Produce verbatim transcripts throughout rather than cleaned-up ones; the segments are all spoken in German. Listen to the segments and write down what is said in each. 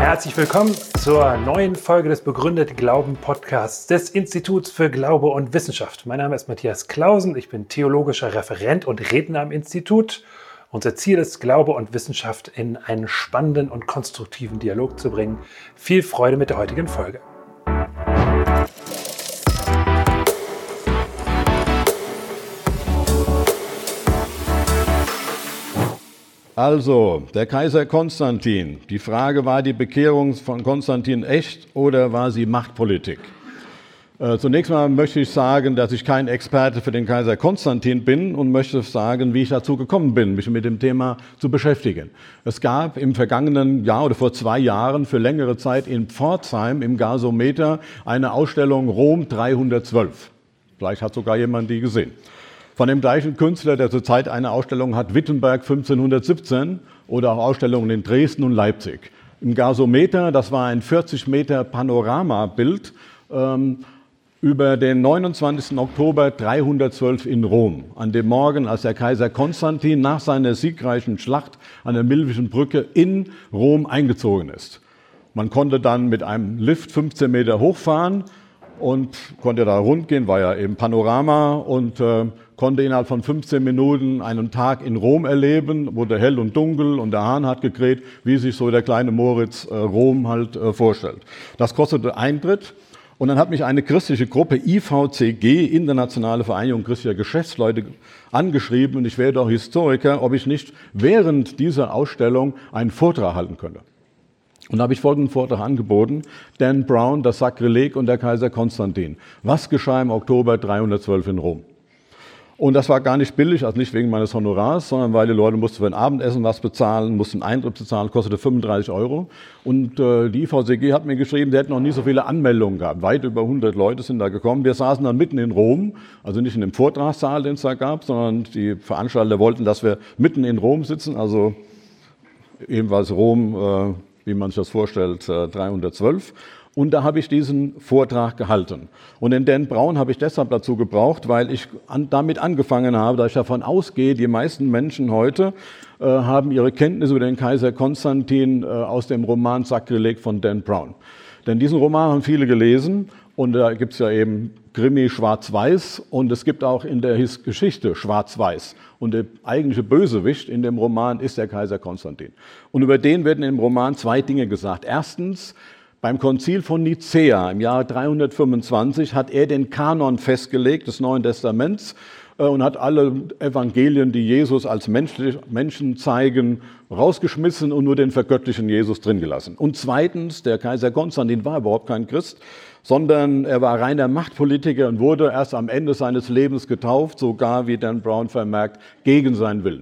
Herzlich willkommen zur neuen Folge des Begründet Glauben Podcasts des Instituts für Glaube und Wissenschaft. Mein Name ist Matthias Clausen, ich bin theologischer Referent und Redner am Institut. Unser Ziel ist, Glaube und Wissenschaft in einen spannenden und konstruktiven Dialog zu bringen. Viel Freude mit der heutigen Folge. Also, der Kaiser Konstantin. Die Frage, war die Bekehrung von Konstantin echt oder war sie Machtpolitik? Äh, zunächst mal möchte ich sagen, dass ich kein Experte für den Kaiser Konstantin bin und möchte sagen, wie ich dazu gekommen bin, mich mit dem Thema zu beschäftigen. Es gab im vergangenen Jahr oder vor zwei Jahren für längere Zeit in Pforzheim im Gasometer eine Ausstellung Rom dreihundertzwölf. Vielleicht hat sogar jemand die gesehen. Von dem gleichen Künstler, der zurzeit eine Ausstellung hat, Wittenberg fünfzehnhundertsiebzehn, oder auch Ausstellungen in Dresden und Leipzig. Im Gasometer, das war ein vierzig Meter Panoramabild ähm, über den neunundzwanzigsten Oktober dreihundertzwölf in Rom, an dem Morgen, als der Kaiser Konstantin nach seiner siegreichen Schlacht an der Milvischen Brücke in Rom eingezogen ist. Man konnte dann mit einem Lift fünfzehn Meter hochfahren und konnte da rund gehen, war ja eben Panorama, und äh, konnte innerhalb von fünfzehn Minuten einen Tag in Rom erleben, wurde hell und dunkel und der Hahn hat gekräht, wie sich so der kleine Moritz äh, Rom halt äh, vorstellt. Das kostete Eintritt, und dann hat mich eine christliche Gruppe, I V C G, Internationale Vereinigung christlicher Geschäftsleute, angeschrieben, und ich wäre doch Historiker, ob ich nicht während dieser Ausstellung einen Vortrag halten könnte. Und da habe ich folgenden Vortrag angeboten: Dan Brown, das Sakrileg und der Kaiser Konstantin. Was geschah im Oktober dreihundertzwölf in Rom? Und das war gar nicht billig, also nicht wegen meines Honorars, sondern weil die Leute mussten für ein Abendessen was bezahlen, mussten Eintritt bezahlen, kostete fünfunddreißig Euro. Und äh, die I V C G hat mir geschrieben, sie hätten noch nie so viele Anmeldungen gehabt. Weit über hundert Leute sind da gekommen. Wir saßen dann mitten in Rom, also nicht in dem Vortragssaal, den es da gab, sondern die Veranstalter wollten, dass wir mitten in Rom sitzen, also ebenfalls Rom, äh, wie man sich das vorstellt, äh, dreihundertzwölf. Und da habe ich diesen Vortrag gehalten. Und den Dan Brown habe ich deshalb dazu gebraucht, weil ich an, damit angefangen habe, dass ich davon ausgehe, die meisten Menschen heute äh, haben ihre Kenntnisse über den Kaiser Konstantin äh, aus dem Roman Sakrileg von Dan Brown. Denn diesen Roman haben viele gelesen, und da gibt es ja eben Krimi schwarz-weiß, und es gibt auch in der His- Geschichte schwarz-weiß. Und der eigentliche Bösewicht in dem Roman ist der Kaiser Konstantin. Und über den werden im Roman zwei Dinge gesagt. Erstens, beim Konzil von Nicäa im Jahre dreihundertfünfundzwanzig hat er den Kanon festgelegt des Neuen Testaments äh, und hat alle Evangelien, die Jesus als menschlich, Menschen zeigen, rausgeschmissen und nur den vergöttlichen Jesus drin gelassen. Und zweitens, der Kaiser Konstantin war überhaupt kein Christ, sondern er war reiner Machtpolitiker und wurde erst am Ende seines Lebens getauft, sogar, wie Dan Brown vermerkt, gegen seinen Willen.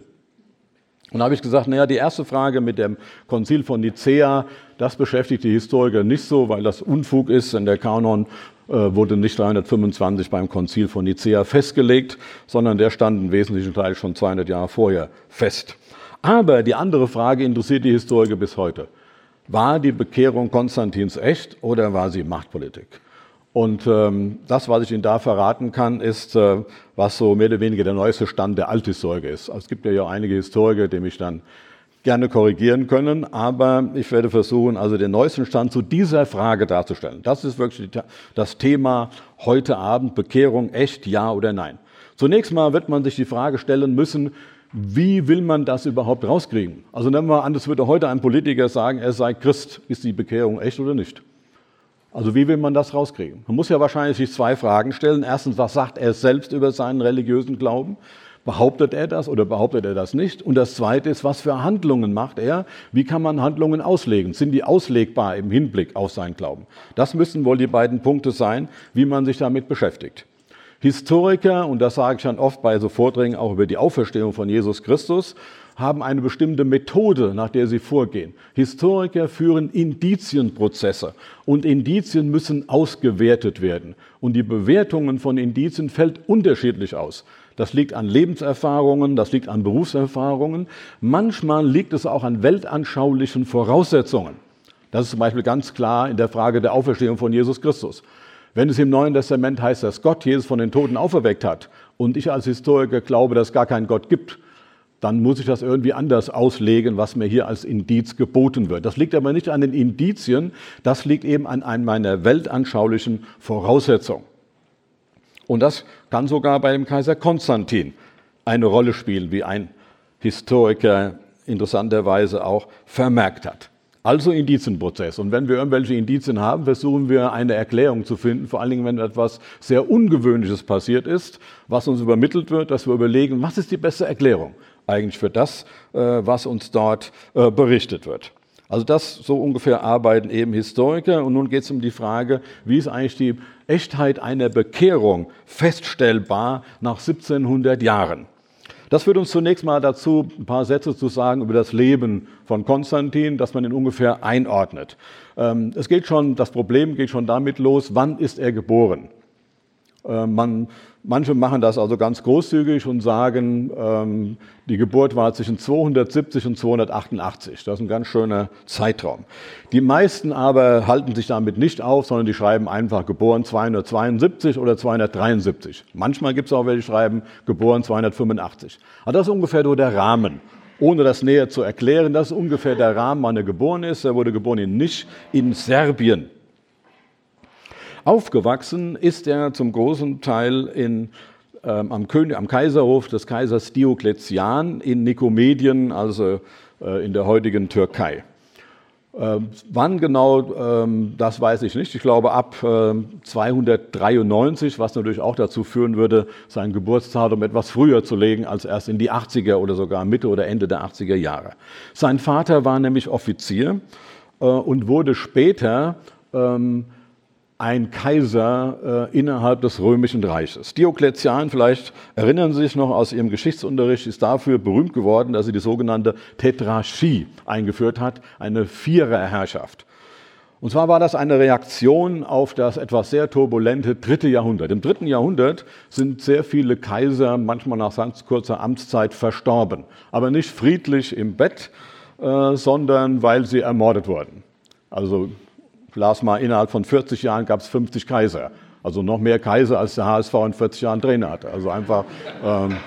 Und da habe ich gesagt, naja, die erste Frage mit dem Konzil von Nicäa, das beschäftigt die Historiker nicht so, weil das Unfug ist, denn der Kanon äh, wurde nicht dreihundertfünfundzwanzig beim Konzil von Nicäa festgelegt, sondern der stand im wesentlichen Teil schon zweihundert Jahre vorher fest. Aber die andere Frage interessiert die Historiker bis heute. War die Bekehrung Konstantins echt oder war sie Machtpolitik? Und ähm, das, was ich Ihnen da verraten kann, ist, äh, was so mehr oder weniger der neueste Stand der Althistoriker ist. Also es gibt ja auch einige Historiker, die mich dann gerne korrigieren können, aber ich werde versuchen, also den neuesten Stand zu dieser Frage darzustellen. Das ist wirklich das Thema heute Abend: Bekehrung echt, ja oder nein. Zunächst mal wird man sich die Frage stellen müssen, wie will man das überhaupt rauskriegen? Also nehmen wir an, es würde heute ein Politiker sagen, er sei Christ. Ist die Bekehrung echt oder nicht? Also wie will man das rauskriegen? Man muss ja wahrscheinlich sich zwei Fragen stellen. Erstens, was sagt er selbst über seinen religiösen Glauben? Behauptet er das oder behauptet er das nicht? Und das Zweite ist, was für Handlungen macht er? Wie kann man Handlungen auslegen? Sind die auslegbar im Hinblick auf seinen Glauben? Das müssen wohl die beiden Punkte sein, wie man sich damit beschäftigt. Historiker, und das sage ich dann oft bei so Vorträgen auch über die Auferstehung von Jesus Christus, haben eine bestimmte Methode, nach der sie vorgehen. Historiker führen Indizienprozesse, und Indizien müssen ausgewertet werden. Und die Bewertungen von Indizien fällt unterschiedlich aus. Das liegt an Lebenserfahrungen, das liegt an Berufserfahrungen. Manchmal liegt es auch an weltanschaulichen Voraussetzungen. Das ist zum Beispiel ganz klar in der Frage der Auferstehung von Jesus Christus. Wenn es im Neuen Testament heißt, dass Gott Jesus von den Toten auferweckt hat, und ich als Historiker glaube, dass es gar keinen Gott gibt, dann muss ich das irgendwie anders auslegen, was mir hier als Indiz geboten wird. Das liegt aber nicht an den Indizien, das liegt eben an einer meiner weltanschaulichen Voraussetzungen. Und das kann sogar bei dem Kaiser Konstantin eine Rolle spielen, wie ein Historiker interessanterweise auch vermerkt hat. Also Indizienprozess. Und wenn wir irgendwelche Indizien haben, versuchen wir eine Erklärung zu finden, vor allen Dingen, wenn etwas sehr Ungewöhnliches passiert ist, was uns übermittelt wird, dass wir überlegen, was ist die beste Erklärung eigentlich für das, was uns dort berichtet wird. Also das, so ungefähr arbeiten eben Historiker. Und nun geht es um die Frage, wie ist eigentlich die Echtheit einer Bekehrung feststellbar nach siebzehnhundert Jahren? Das führt uns zunächst mal dazu, ein paar Sätze zu sagen über das Leben von Konstantin, dass man ihn ungefähr einordnet. Es geht schon, das Problem geht schon damit los, wann ist er geboren? Man, manche machen das also ganz großzügig und sagen, ähm, die Geburt war zwischen zweihundertsiebzig und zweihundertachtundachtzig. Das ist ein ganz schöner Zeitraum. Die meisten aber halten sich damit nicht auf, sondern die schreiben einfach geboren zweihundertzweiundsiebzig oder zweihundertdreiundsiebzig. Manchmal gibt es auch welche, die schreiben geboren zweihundertfünfundachtzig. Aber das ist ungefähr nur der Rahmen. Ohne das näher zu erklären, das ist ungefähr der Rahmen, wann er geboren ist. Er wurde geboren in Nisch in Serbien. Aufgewachsen ist er zum großen Teil in, ähm, am, König, am Kaiserhof des Kaisers Diokletian in Nikomedien, also äh, in der heutigen Türkei. Äh, wann genau, ähm, das weiß ich nicht. Ich glaube ab äh, zweihundertdreiundneunzig, was natürlich auch dazu führen würde, sein Geburtsdatum etwas früher zu legen als erst in die achtziger oder sogar Mitte oder Ende der achtziger Jahre. Sein Vater war nämlich Offizier äh, und wurde später ähm, ein Kaiser äh, innerhalb des Römischen Reiches. Diokletian, vielleicht erinnern Sie sich noch aus Ihrem Geschichtsunterricht, ist dafür berühmt geworden, dass sie die sogenannte Tetrarchie eingeführt hat, eine Viererherrschaft. Und zwar war das eine Reaktion auf das etwas sehr turbulente dritte Jahrhundert. Im dritten Jahrhundert sind sehr viele Kaiser, manchmal nach ganz kurzer Amtszeit, verstorben. Aber nicht friedlich im Bett, äh, sondern weil sie ermordet wurden. Also las mal, innerhalb von vierzig Jahren gab es fünfzig Kaiser. Also noch mehr Kaiser, als der H S V in vierzig Jahren Trainer hatte. Also einfach ähm,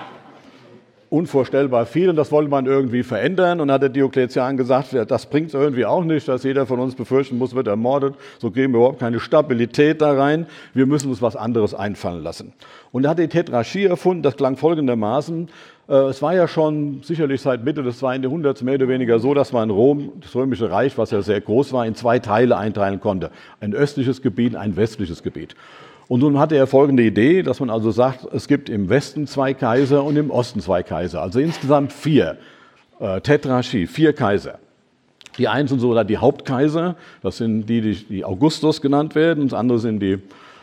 unvorstellbar viel. Und das wollte man irgendwie verändern. Und dann hat der Diokletian gesagt, das bringt es irgendwie auch nicht, dass jeder von uns befürchten muss, wird ermordet. So kriegen wir überhaupt keine Stabilität da rein. Wir müssen uns was anderes einfallen lassen. Und er hat die Tetrarchie erfunden. Das klang folgendermaßen. Es war ja schon sicherlich seit Mitte des zweiten Jahrhunderts mehr oder weniger so, dass man Rom, das Römische Reich, was ja sehr groß war, in zwei Teile einteilen konnte. Ein östliches Gebiet, ein westliches Gebiet. Und nun hatte er folgende Idee, dass man also sagt, es gibt im Westen zwei Kaiser und im Osten zwei Kaiser. Also insgesamt vier. Äh, Tetrarchie, vier Kaiser. Die einen sind so die Hauptkaiser, das sind die, die Augustus genannt werden, und das andere sind die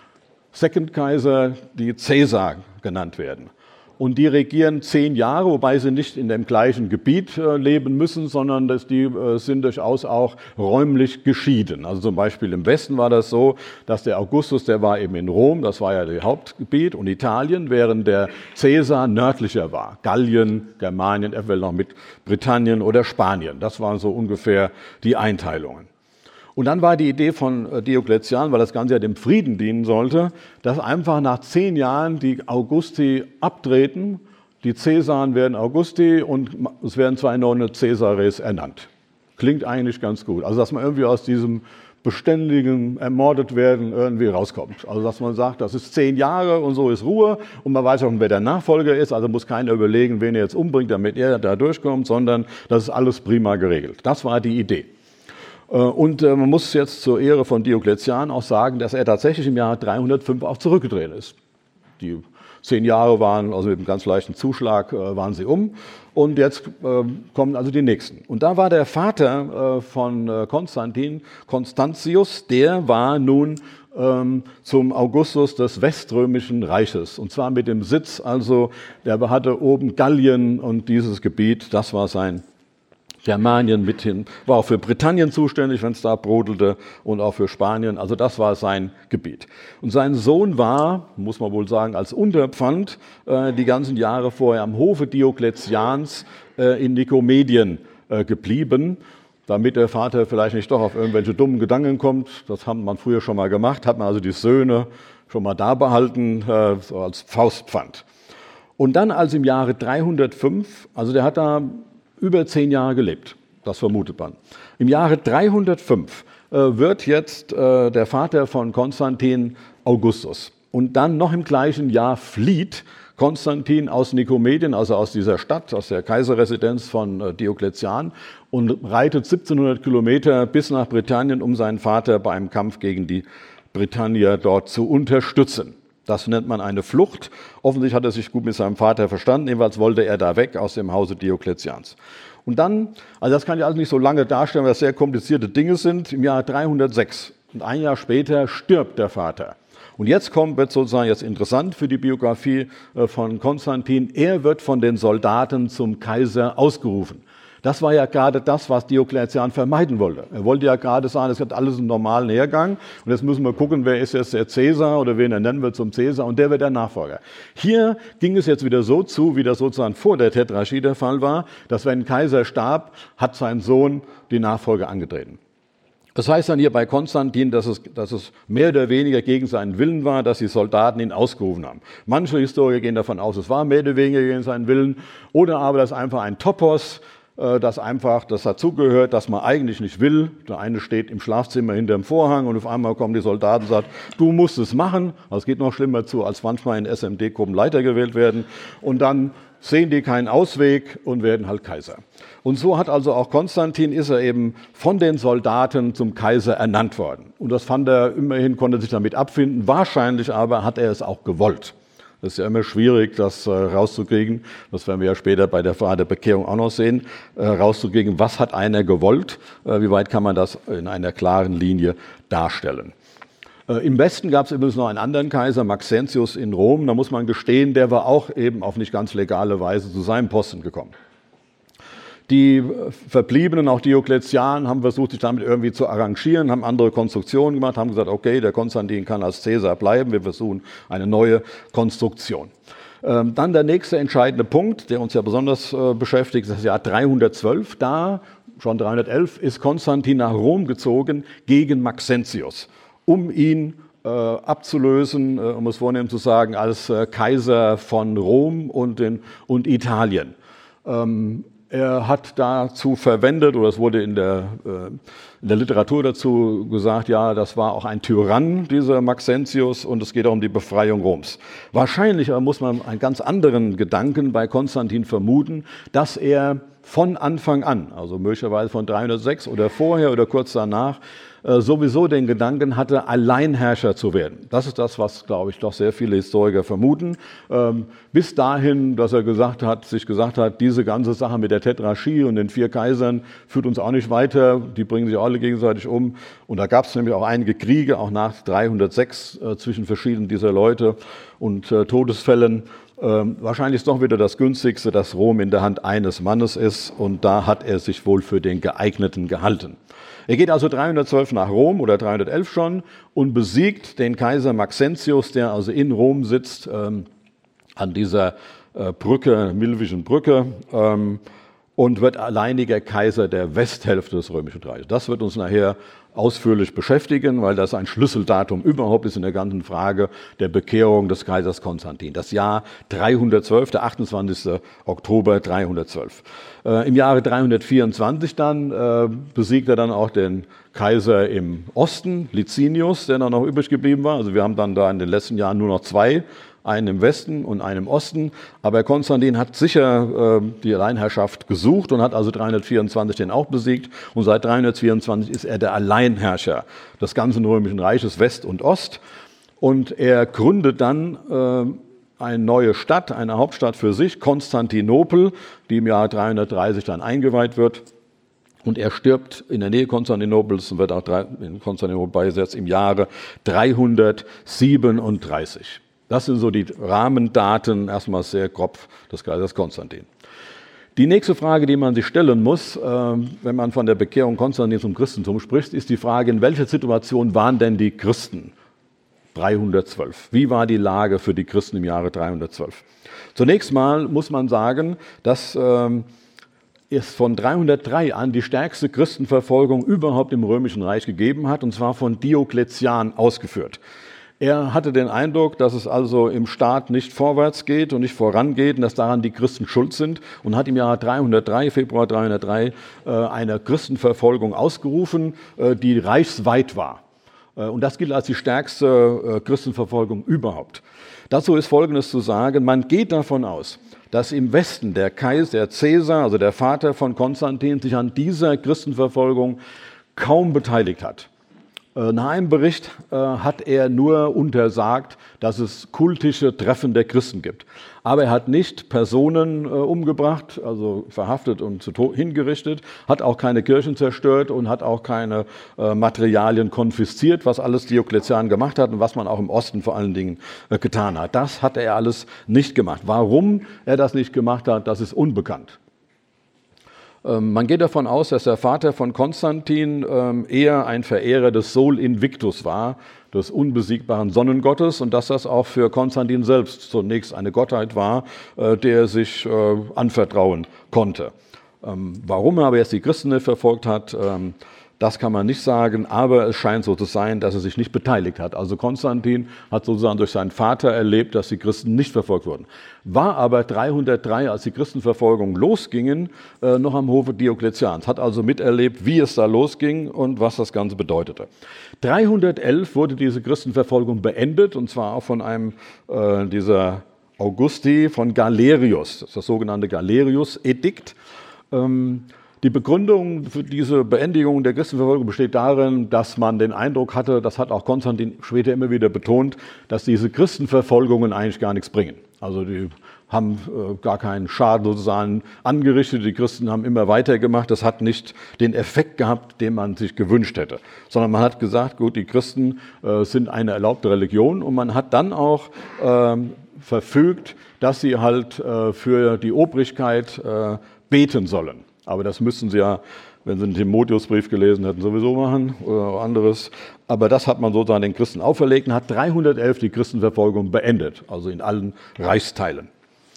Second Kaiser, die Caesar genannt werden. Und die regieren zehn Jahre, wobei sie nicht in dem gleichen Gebiet äh, leben müssen, sondern dass die äh, sind durchaus auch räumlich geschieden. Also zum Beispiel im Westen war das so, dass der Augustus, der war eben in Rom, das war ja das Hauptgebiet, und Italien, während der Caesar nördlicher war. Gallien, Germanien, eventuell noch mit Britannien oder Spanien. Das waren so ungefähr die Einteilungen. Und dann war die Idee von Diokletian, weil das Ganze ja dem Frieden dienen sollte, dass einfach nach zehn Jahren die Augusti abtreten, die Caesaren werden Augusti und es werden zwei neue Caesares ernannt. Klingt eigentlich ganz gut. Also dass man irgendwie aus diesem beständigen ermordet werden irgendwie rauskommt. Also dass man sagt, das ist zehn Jahre und so ist Ruhe und man weiß auch, wer der Nachfolger ist, also muss keiner überlegen, wen er jetzt umbringt, damit er da durchkommt, sondern das ist alles prima geregelt. Das war die Idee. Und man muss jetzt zur Ehre von Diokletian auch sagen, dass er tatsächlich im Jahr dreihundertfünf auch zurückgetreten ist. Die zehn Jahre waren, also mit einem ganz leichten Zuschlag, waren sie um. Und jetzt kommen also die nächsten. Und da war der Vater von Konstantin, Constantius, der war nun zum Augustus des Weströmischen Reiches. Und zwar mit dem Sitz, also der hatte oben Gallien und dieses Gebiet, das war sein Germanien mithin, war auch für Britannien zuständig, wenn es da brodelte, und auch für Spanien. Also das war sein Gebiet. Und sein Sohn war, muss man wohl sagen, als Unterpfand äh, die ganzen Jahre vorher am Hofe Diokletians äh, in Nikomedien äh, geblieben, damit der Vater vielleicht nicht doch auf irgendwelche dummen Gedanken kommt. Das hat man früher schon mal gemacht, hat man also die Söhne schon mal da behalten, äh, so als Faustpfand. Und dann, als im Jahre dreihundertfünf, also der hat da über zehn Jahre gelebt, das vermutet man. Im Jahre dreihundertfünf äh, wird jetzt äh, der Vater von Konstantin Augustus. Und dann noch im gleichen Jahr flieht Konstantin aus Nikomedien, also aus dieser Stadt, aus der Kaiserresidenz von äh, Diokletian, und reitet siebzehnhundert Kilometer bis nach Britannien, um seinen Vater bei einem Kampf gegen die Britannier dort zu unterstützen. Das nennt man eine Flucht. Offensichtlich hat er sich gut mit seinem Vater verstanden, jedenfalls wollte er da weg aus dem Hause Diokletians. Und dann, also das kann ich alles nicht so lange darstellen, weil das sehr komplizierte Dinge sind, im Jahr dreihundertsechs und ein Jahr später stirbt der Vater. Und jetzt kommt, wird sozusagen jetzt interessant für die Biografie von Konstantin, er wird von den Soldaten zum Kaiser ausgerufen. Das war ja gerade das, was Diokletian vermeiden wollte. Er wollte ja gerade sagen, es hat alles einen normalen Hergang und jetzt müssen wir gucken, wer ist jetzt der Cäsar oder wen er nennen wird zum Cäsar und der wird der Nachfolger. Hier ging es jetzt wieder so zu, wie das sozusagen vor der Tetrarchie der Fall war, dass wenn ein Kaiser starb, hat sein Sohn die Nachfolge angetreten. Das heißt dann hier bei Konstantin, dass es, dass es mehr oder weniger gegen seinen Willen war, dass die Soldaten ihn ausgerufen haben. Manche Historiker gehen davon aus, es war mehr oder weniger gegen seinen Willen oder aber, dass einfach ein Topos, das einfach, das dazugehört, dass man eigentlich nicht will. Der eine steht im Schlafzimmer hinterm Vorhang und auf einmal kommen die Soldaten und sagen, du musst es machen. Also es geht noch schlimmer zu, als manchmal in S M D-Gruppen Leiter gewählt werden. Und dann sehen die keinen Ausweg und werden halt Kaiser. Und so hat also auch Konstantin, ist er eben von den Soldaten zum Kaiser ernannt worden. Und das fand er, immerhin konnte sich damit abfinden. Wahrscheinlich aber hat er es auch gewollt. Das ist ja immer schwierig, das äh, rauszukriegen. Das werden wir ja später bei der Frage der Bekehrung auch noch sehen. Äh, rauszukriegen, was hat einer gewollt? Äh, wie weit kann man das in einer klaren Linie darstellen? Äh, Im Westen gab es übrigens noch einen anderen Kaiser, Maxentius in Rom. Da muss man gestehen, der war auch eben auf nicht ganz legale Weise zu seinem Posten gekommen. Die Verbliebenen, auch Diokletian, haben versucht, sich damit irgendwie zu arrangieren, haben andere Konstruktionen gemacht, haben gesagt, okay, der Konstantin kann als Cäsar bleiben, wir versuchen eine neue Konstruktion. Ähm, dann der nächste entscheidende Punkt, der uns ja besonders äh, beschäftigt, ist das Jahr dreihundertzwölf. Da, schon dreihundertelf, ist Konstantin nach Rom gezogen gegen Maxentius, um ihn äh, abzulösen, äh, um es vornehm zu sagen, als äh, Kaiser von Rom und, den, und Italien. Ähm, Er hat dazu verwendet, oder es wurde in der, in der Literatur dazu gesagt, ja, das war auch ein Tyrann, dieser Maxentius, und es geht auch um die Befreiung Roms. Wahrscheinlich aber muss man einen ganz anderen Gedanken bei Konstantin vermuten, dass er von Anfang an, also möglicherweise von dreihundertsechs oder vorher oder kurz danach, sowieso den Gedanken hatte, Alleinherrscher zu werden. Das ist das, was, glaube ich, doch sehr viele Historiker vermuten. Ähm, bis dahin, dass er gesagt hat, sich gesagt hat, diese ganze Sache mit der Tetrarchie und den vier Kaisern führt uns auch nicht weiter. Die bringen sich alle gegenseitig um. Und da gab es nämlich auch einige Kriege, auch nach dreihundertsechs, äh, zwischen verschiedenen dieser Leute und äh, Todesfällen. Ähm, wahrscheinlich ist doch wieder das Günstigste, dass Rom in der Hand eines Mannes ist. Und da hat er sich wohl für den Geeigneten gehalten. Er geht also dreihundertzwölf nach Rom oder dreihundertelf schon und besiegt den Kaiser Maxentius, der also in Rom sitzt, ähm, an dieser äh, Brücke, Milvischen Brücke, ähm, und wird alleiniger Kaiser der Westhälfte des Römischen Reiches. Das wird uns nachher ausführlich beschäftigen, weil das ein Schlüsseldatum überhaupt ist in der ganzen Frage der Bekehrung des Kaisers Konstantin. Das Jahr dreihundertzwölf, der achtundzwanzigste Oktober dreihundertzwölf. Äh, Im Jahre dreihundertvierundzwanzig dann äh, besiegt er dann auch den Kaiser im Osten, Licinius, der dann noch übrig geblieben war. Also wir haben dann da in den letzten Jahren nur noch zwei, einen im Westen und einen im Osten. Aber Konstantin hat sicher äh, die Alleinherrschaft gesucht und hat also dreihundertvierundzwanzig den auch besiegt. Und seit dreihundertvierundzwanzig ist er der Alleinherrscher des ganzen Römischen Reiches, West und Ost. Und er gründet dann äh, eine neue Stadt, eine Hauptstadt für sich, Konstantinopel, die im Jahr dreihundertdreißig dann eingeweiht wird. Und er stirbt in der Nähe Konstantinopels und wird auch in Konstantinopel beigesetzt im Jahre dreihundertsiebenunddreißig. Das sind so die Rahmendaten, erstmal sehr grob, des Kaisers Konstantin. Die nächste Frage, die man sich stellen muss, äh, wenn man von der Bekehrung Konstantins zum Christentum spricht, ist die Frage, in welcher Situation waren denn die Christen dreihundertzwölf? Wie war die Lage für die Christen im Jahre dreihundertzwölf? Zunächst mal muss man sagen, dass äh, es von dreihundertdrei an die stärkste Christenverfolgung überhaupt im Römischen Reich gegeben hat, und zwar von Diokletian ausgeführt. Er hatte den Eindruck, dass es also im Staat nicht vorwärts geht und nicht vorangeht und dass daran die Christen schuld sind und hat im Jahr dreihundertdrei, Februar dreihundertdrei, eine Christenverfolgung ausgerufen, die reichsweit war. Und das gilt als die stärkste Christenverfolgung überhaupt. Dazu ist Folgendes zu sagen: Man geht davon aus, dass im Westen der Kaiser, der Caesar, also der Vater von Konstantin, sich an dieser Christenverfolgung kaum beteiligt hat. Nach einem Bericht äh, hat er nur untersagt, dass es kultische Treffen der Christen gibt. Aber er hat nicht Personen äh, umgebracht, also verhaftet und zu hingerichtet, hat auch keine Kirchen zerstört und hat auch keine äh, Materialien konfisziert, was alles Diokletian gemacht hat und was man auch im Osten vor allen Dingen äh, getan hat. Das hat er alles nicht gemacht. Warum er das nicht gemacht hat, das ist unbekannt. Man geht davon aus, dass der Vater von Konstantin eher ein Verehrer des Sol Invictus war, des unbesiegbaren Sonnengottes, und dass das auch für Konstantin selbst zunächst eine Gottheit war, der er sich anvertrauen konnte. Warum er aber jetzt die Christen nicht verfolgt hat, das kann man nicht sagen, aber es scheint so zu sein, dass er sich nicht beteiligt hat. Also Konstantin hat sozusagen durch seinen Vater erlebt, dass die Christen nicht verfolgt wurden. War aber dreihundertdrei, als die Christenverfolgungen losgingen, noch am Hofe Diokletians. Hat also miterlebt, wie es da losging und was das Ganze bedeutete. dreihundertelf wurde diese Christenverfolgung beendet, und zwar auch von einem äh, dieser Augusti von Galerius, das ist das sogenannte Galerius-Edikt. Ähm, Die Begründung für diese Beendigung der Christenverfolgung besteht darin, dass man den Eindruck hatte, das hat auch Konstantin später immer wieder betont, dass diese Christenverfolgungen eigentlich gar nichts bringen. Also die haben äh, gar keinen Schaden sozusagen angerichtet, die Christen haben immer weitergemacht, das hat nicht den Effekt gehabt, den man sich gewünscht hätte. Sondern man hat gesagt, gut, die Christen äh, sind eine erlaubte Religion, und man hat dann auch äh, verfügt, dass sie halt äh, für die Obrigkeit äh, beten sollen. Aber das müssten sie ja, wenn sie den Timotheusbrief gelesen hätten, sowieso machen oder anderes. Aber das hat man sozusagen den Christen auferlegt und hat dreihundertelf die Christenverfolgung beendet, also in allen Reichsteilen.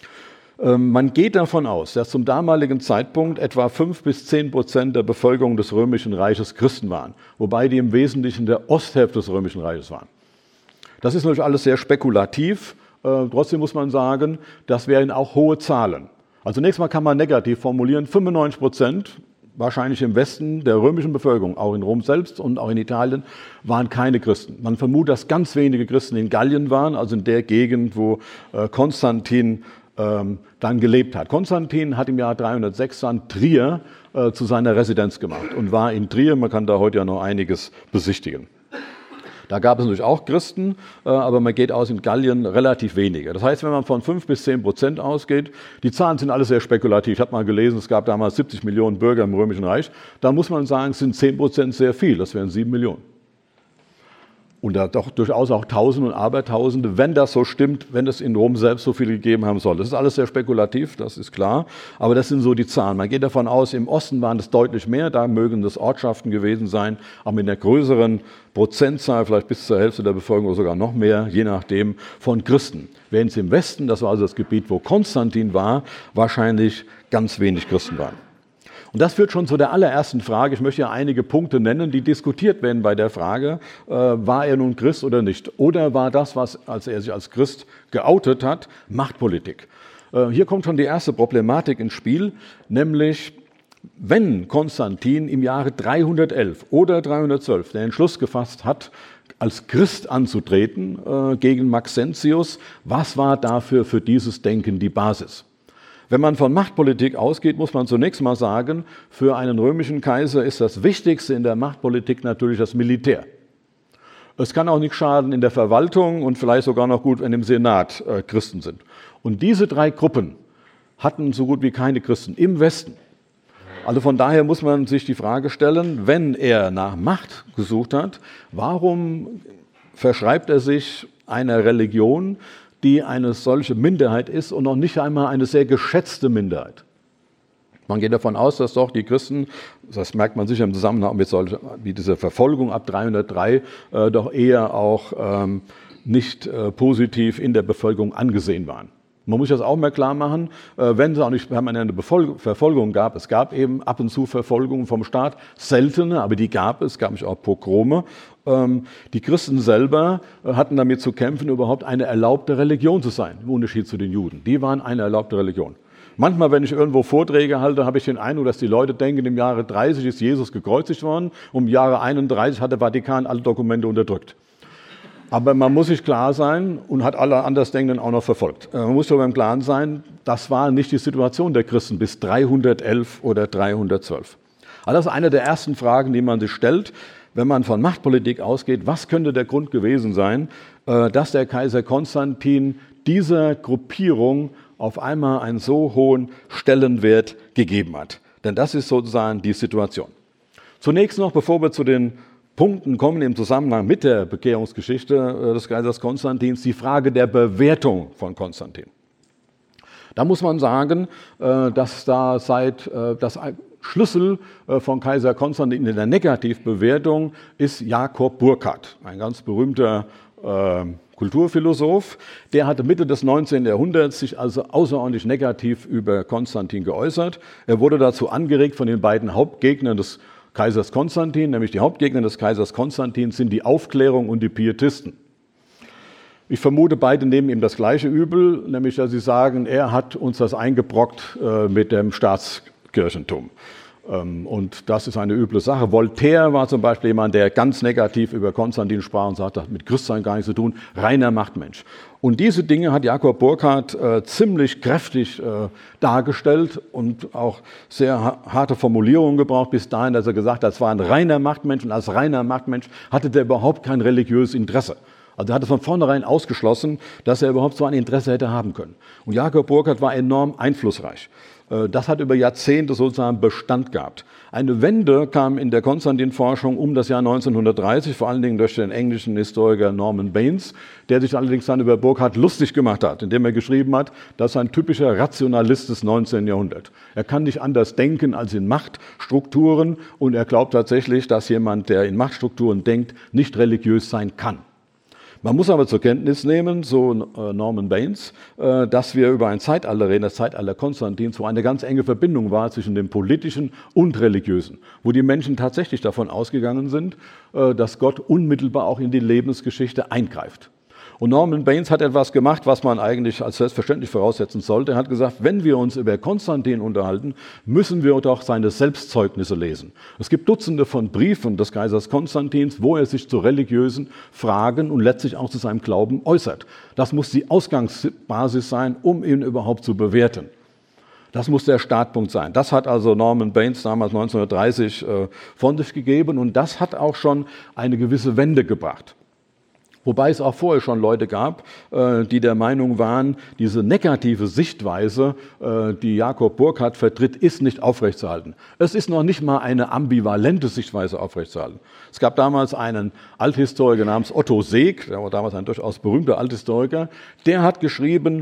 Ähm, man geht davon aus, dass zum damaligen Zeitpunkt etwa fünf bis zehn Prozent der Bevölkerung des Römischen Reiches Christen waren, wobei die im Wesentlichen der Osthälfte des Römischen Reiches waren. Das ist natürlich alles sehr spekulativ. Äh, trotzdem muss man sagen, das wären auch hohe Zahlen. Also zunächst mal kann man negativ formulieren, fünfundneunzig Prozent, wahrscheinlich im Westen der römischen Bevölkerung, auch in Rom selbst und auch in Italien, waren keine Christen. Man vermutet, dass ganz wenige Christen in Gallien waren, also in der Gegend, wo äh, Konstantin ähm, dann gelebt hat. Konstantin hat im Jahr dreihundertsechs dann Trier äh, zu seiner Residenz gemacht und war in Trier, man kann da heute ja noch einiges besichtigen. Da gab es natürlich auch Christen, aber man geht aus in Gallien relativ wenige. Das heißt, wenn man von fünf bis zehn Prozent ausgeht, die Zahlen sind alle sehr spekulativ. Ich habe mal gelesen, es gab damals siebzig Millionen Bürger im Römischen Reich. Da muss man sagen, sind zehn Prozent sehr viel, das wären sieben Millionen. Und da doch durchaus auch Tausende und Abertausende, wenn das so stimmt, wenn es in Rom selbst so viele gegeben haben soll. Das ist alles sehr spekulativ, das ist klar, aber das sind so die Zahlen. Man geht davon aus, im Osten waren es deutlich mehr, da mögen das Ortschaften gewesen sein, aber mit einer größeren Prozentzahl, vielleicht bis zur Hälfte der Bevölkerung oder sogar noch mehr, je nachdem, von Christen. Während es im Westen, das war also das Gebiet, wo Konstantin war, wahrscheinlich ganz wenig Christen waren. Und das führt schon zu der allerersten Frage. Ich möchte ja einige Punkte nennen, die diskutiert werden bei der Frage, äh, war er nun Christ oder nicht? Oder war das, was, als er sich als Christ geoutet hat, Machtpolitik? Äh, hier kommt schon die erste Problematik ins Spiel, nämlich wenn Konstantin im Jahre dreihundertelf oder dreihundertzwölf den Entschluss gefasst hat, als Christ anzutreten äh, gegen Maxentius, was war dafür für dieses Denken die Basis? Wenn man von Machtpolitik ausgeht, muss man zunächst mal sagen, für einen römischen Kaiser ist das Wichtigste in der Machtpolitik natürlich das Militär. Es kann auch nicht schaden in der Verwaltung und vielleicht sogar noch gut, wenn im Senat äh, Christen sind. Und diese drei Gruppen hatten so gut wie keine Christen im Westen. Also von daher muss man sich die Frage stellen, wenn er nach Macht gesucht hat, warum verschreibt er sich einer Religion, die eine solche Minderheit ist und noch nicht einmal eine sehr geschätzte Minderheit? Man geht davon aus, dass doch die Christen, das merkt man sicher im Zusammenhang mit solcher, wie dieser Verfolgung ab dreihundertdrei, äh, doch eher auch ähm, nicht äh, positiv in der Bevölkerung angesehen waren. Man muss das auch mal klar machen, wenn es auch nicht permanente Verfolgung gab. Es gab eben ab und zu Verfolgungen vom Staat, seltene, aber die gab es, es gab auch Pogrome. Die Christen selber hatten damit zu kämpfen, überhaupt eine erlaubte Religion zu sein, im Unterschied zu den Juden. Die waren eine erlaubte Religion. Manchmal, wenn ich irgendwo Vorträge halte, habe ich den Eindruck, dass die Leute denken, im Jahre dreißig ist Jesus gekreuzigt worden und im Jahre einunddreißig hat der Vatikan alle Dokumente unterdrückt. Aber man muss sich klar sein und hat alle Andersdenkenden auch noch verfolgt. Man muss sich aber im Klaren sein, das war nicht die Situation der Christen bis dreihundertelf oder dreihundertzwölf. Also das ist eine der ersten Fragen, die man sich stellt, wenn man von Machtpolitik ausgeht. Was könnte der Grund gewesen sein, dass der Kaiser Konstantin dieser Gruppierung auf einmal einen so hohen Stellenwert gegeben hat? Denn das ist sozusagen die Situation. Zunächst noch, bevor wir zu den Punkten kommen im Zusammenhang mit der Bekehrungsgeschichte des Kaisers Konstantins, die Frage der Bewertung von Konstantin. Da muss man sagen, dass da seit das Schlüssel von Kaiser Konstantin in der Negativbewertung ist Jakob Burckhardt, ein ganz berühmter äh, Kulturphilosoph. Der hatte Mitte des neunzehnten Jahrhunderts sich also außerordentlich negativ über Konstantin geäußert. Er wurde dazu angeregt von den beiden Hauptgegnern des Kaisers Konstantin, nämlich die Hauptgegner des Kaisers Konstantin sind die Aufklärung und die Pietisten. Ich vermute, beide nehmen ihm das gleiche übel, nämlich dass sie sagen, er hat uns das eingebrockt äh, mit dem Staatskirchentum. Ähm, und das ist eine üble Sache. Voltaire war zum Beispiel jemand, der ganz negativ über Konstantin sprach und sagte, das hat mit Christsein gar nichts zu tun, reiner Machtmensch. Und diese Dinge hat Jakob Burckhardt äh, ziemlich kräftig äh, dargestellt und auch sehr ha harte Formulierungen gebraucht, bis dahin, dass er gesagt hat, das war ein reiner Machtmensch und als reiner Machtmensch hatte der überhaupt kein religiöses Interesse. Also er hatte von vornherein ausgeschlossen, dass er überhaupt so ein Interesse hätte haben können. Und Jakob Burckhardt war enorm einflussreich. Das hat über Jahrzehnte sozusagen Bestand gehabt. Eine Wende kam in der Konstantin-Forschung um das Jahr neunzehnhundertdreißig, vor allen Dingen durch den englischen Historiker Norman Baines, der sich allerdings dann über Burckhardt lustig gemacht hat, indem er geschrieben hat, das ist ein typischer Rationalist des neunzehnten Jahrhunderts. Er kann nicht anders denken als in Machtstrukturen und er glaubt tatsächlich, dass jemand, der in Machtstrukturen denkt, nicht religiös sein kann. Man muss aber zur Kenntnis nehmen, so Norman Baines, dass wir über ein Zeitalter reden, das Zeitalter Konstantins, wo eine ganz enge Verbindung war zwischen dem Politischen und Religiösen, wo die Menschen tatsächlich davon ausgegangen sind, dass Gott unmittelbar auch in die Lebensgeschichte eingreift. Und Norman Baines hat etwas gemacht, was man eigentlich als selbstverständlich voraussetzen sollte. Er hat gesagt, wenn wir uns über Konstantin unterhalten, müssen wir doch seine Selbstzeugnisse lesen. Es gibt Dutzende von Briefen des Kaisers Konstantins, wo er sich zu religiösen Fragen und letztlich auch zu seinem Glauben äußert. Das muss die Ausgangsbasis sein, um ihn überhaupt zu bewerten. Das muss der Startpunkt sein. Das hat also Norman Baines damals neunzehnhundertdreißig äh, von sich gegeben und das hat auch schon eine gewisse Wende gebracht. Wobei es auch vorher schon Leute gab, die der Meinung waren, diese negative Sichtweise, die Jakob Burckhardt vertritt, ist nicht aufrechtzuerhalten. Es ist noch nicht mal eine ambivalente Sichtweise aufrechtzuerhalten. Es gab damals einen Althistoriker namens Otto Seeg, der war damals ein durchaus berühmter Althistoriker, der hat geschrieben,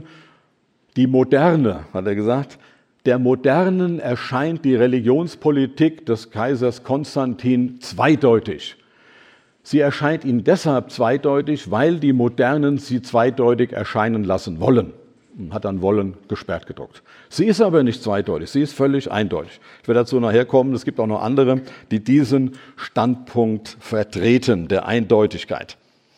die Moderne, hat er gesagt, der Modernen erscheint die Religionspolitik des Kaisers Konstantin zweideutig. Sie erscheint ihnen deshalb zweideutig, weil die Modernen sie zweideutig erscheinen lassen wollen. Hat dann wollen gesperrt gedruckt. Sie ist aber nicht zweideutig, sie ist völlig eindeutig. Ich werde dazu nachher kommen, es gibt auch noch andere, die diesen Standpunkt vertreten, der Eindeutigkeit.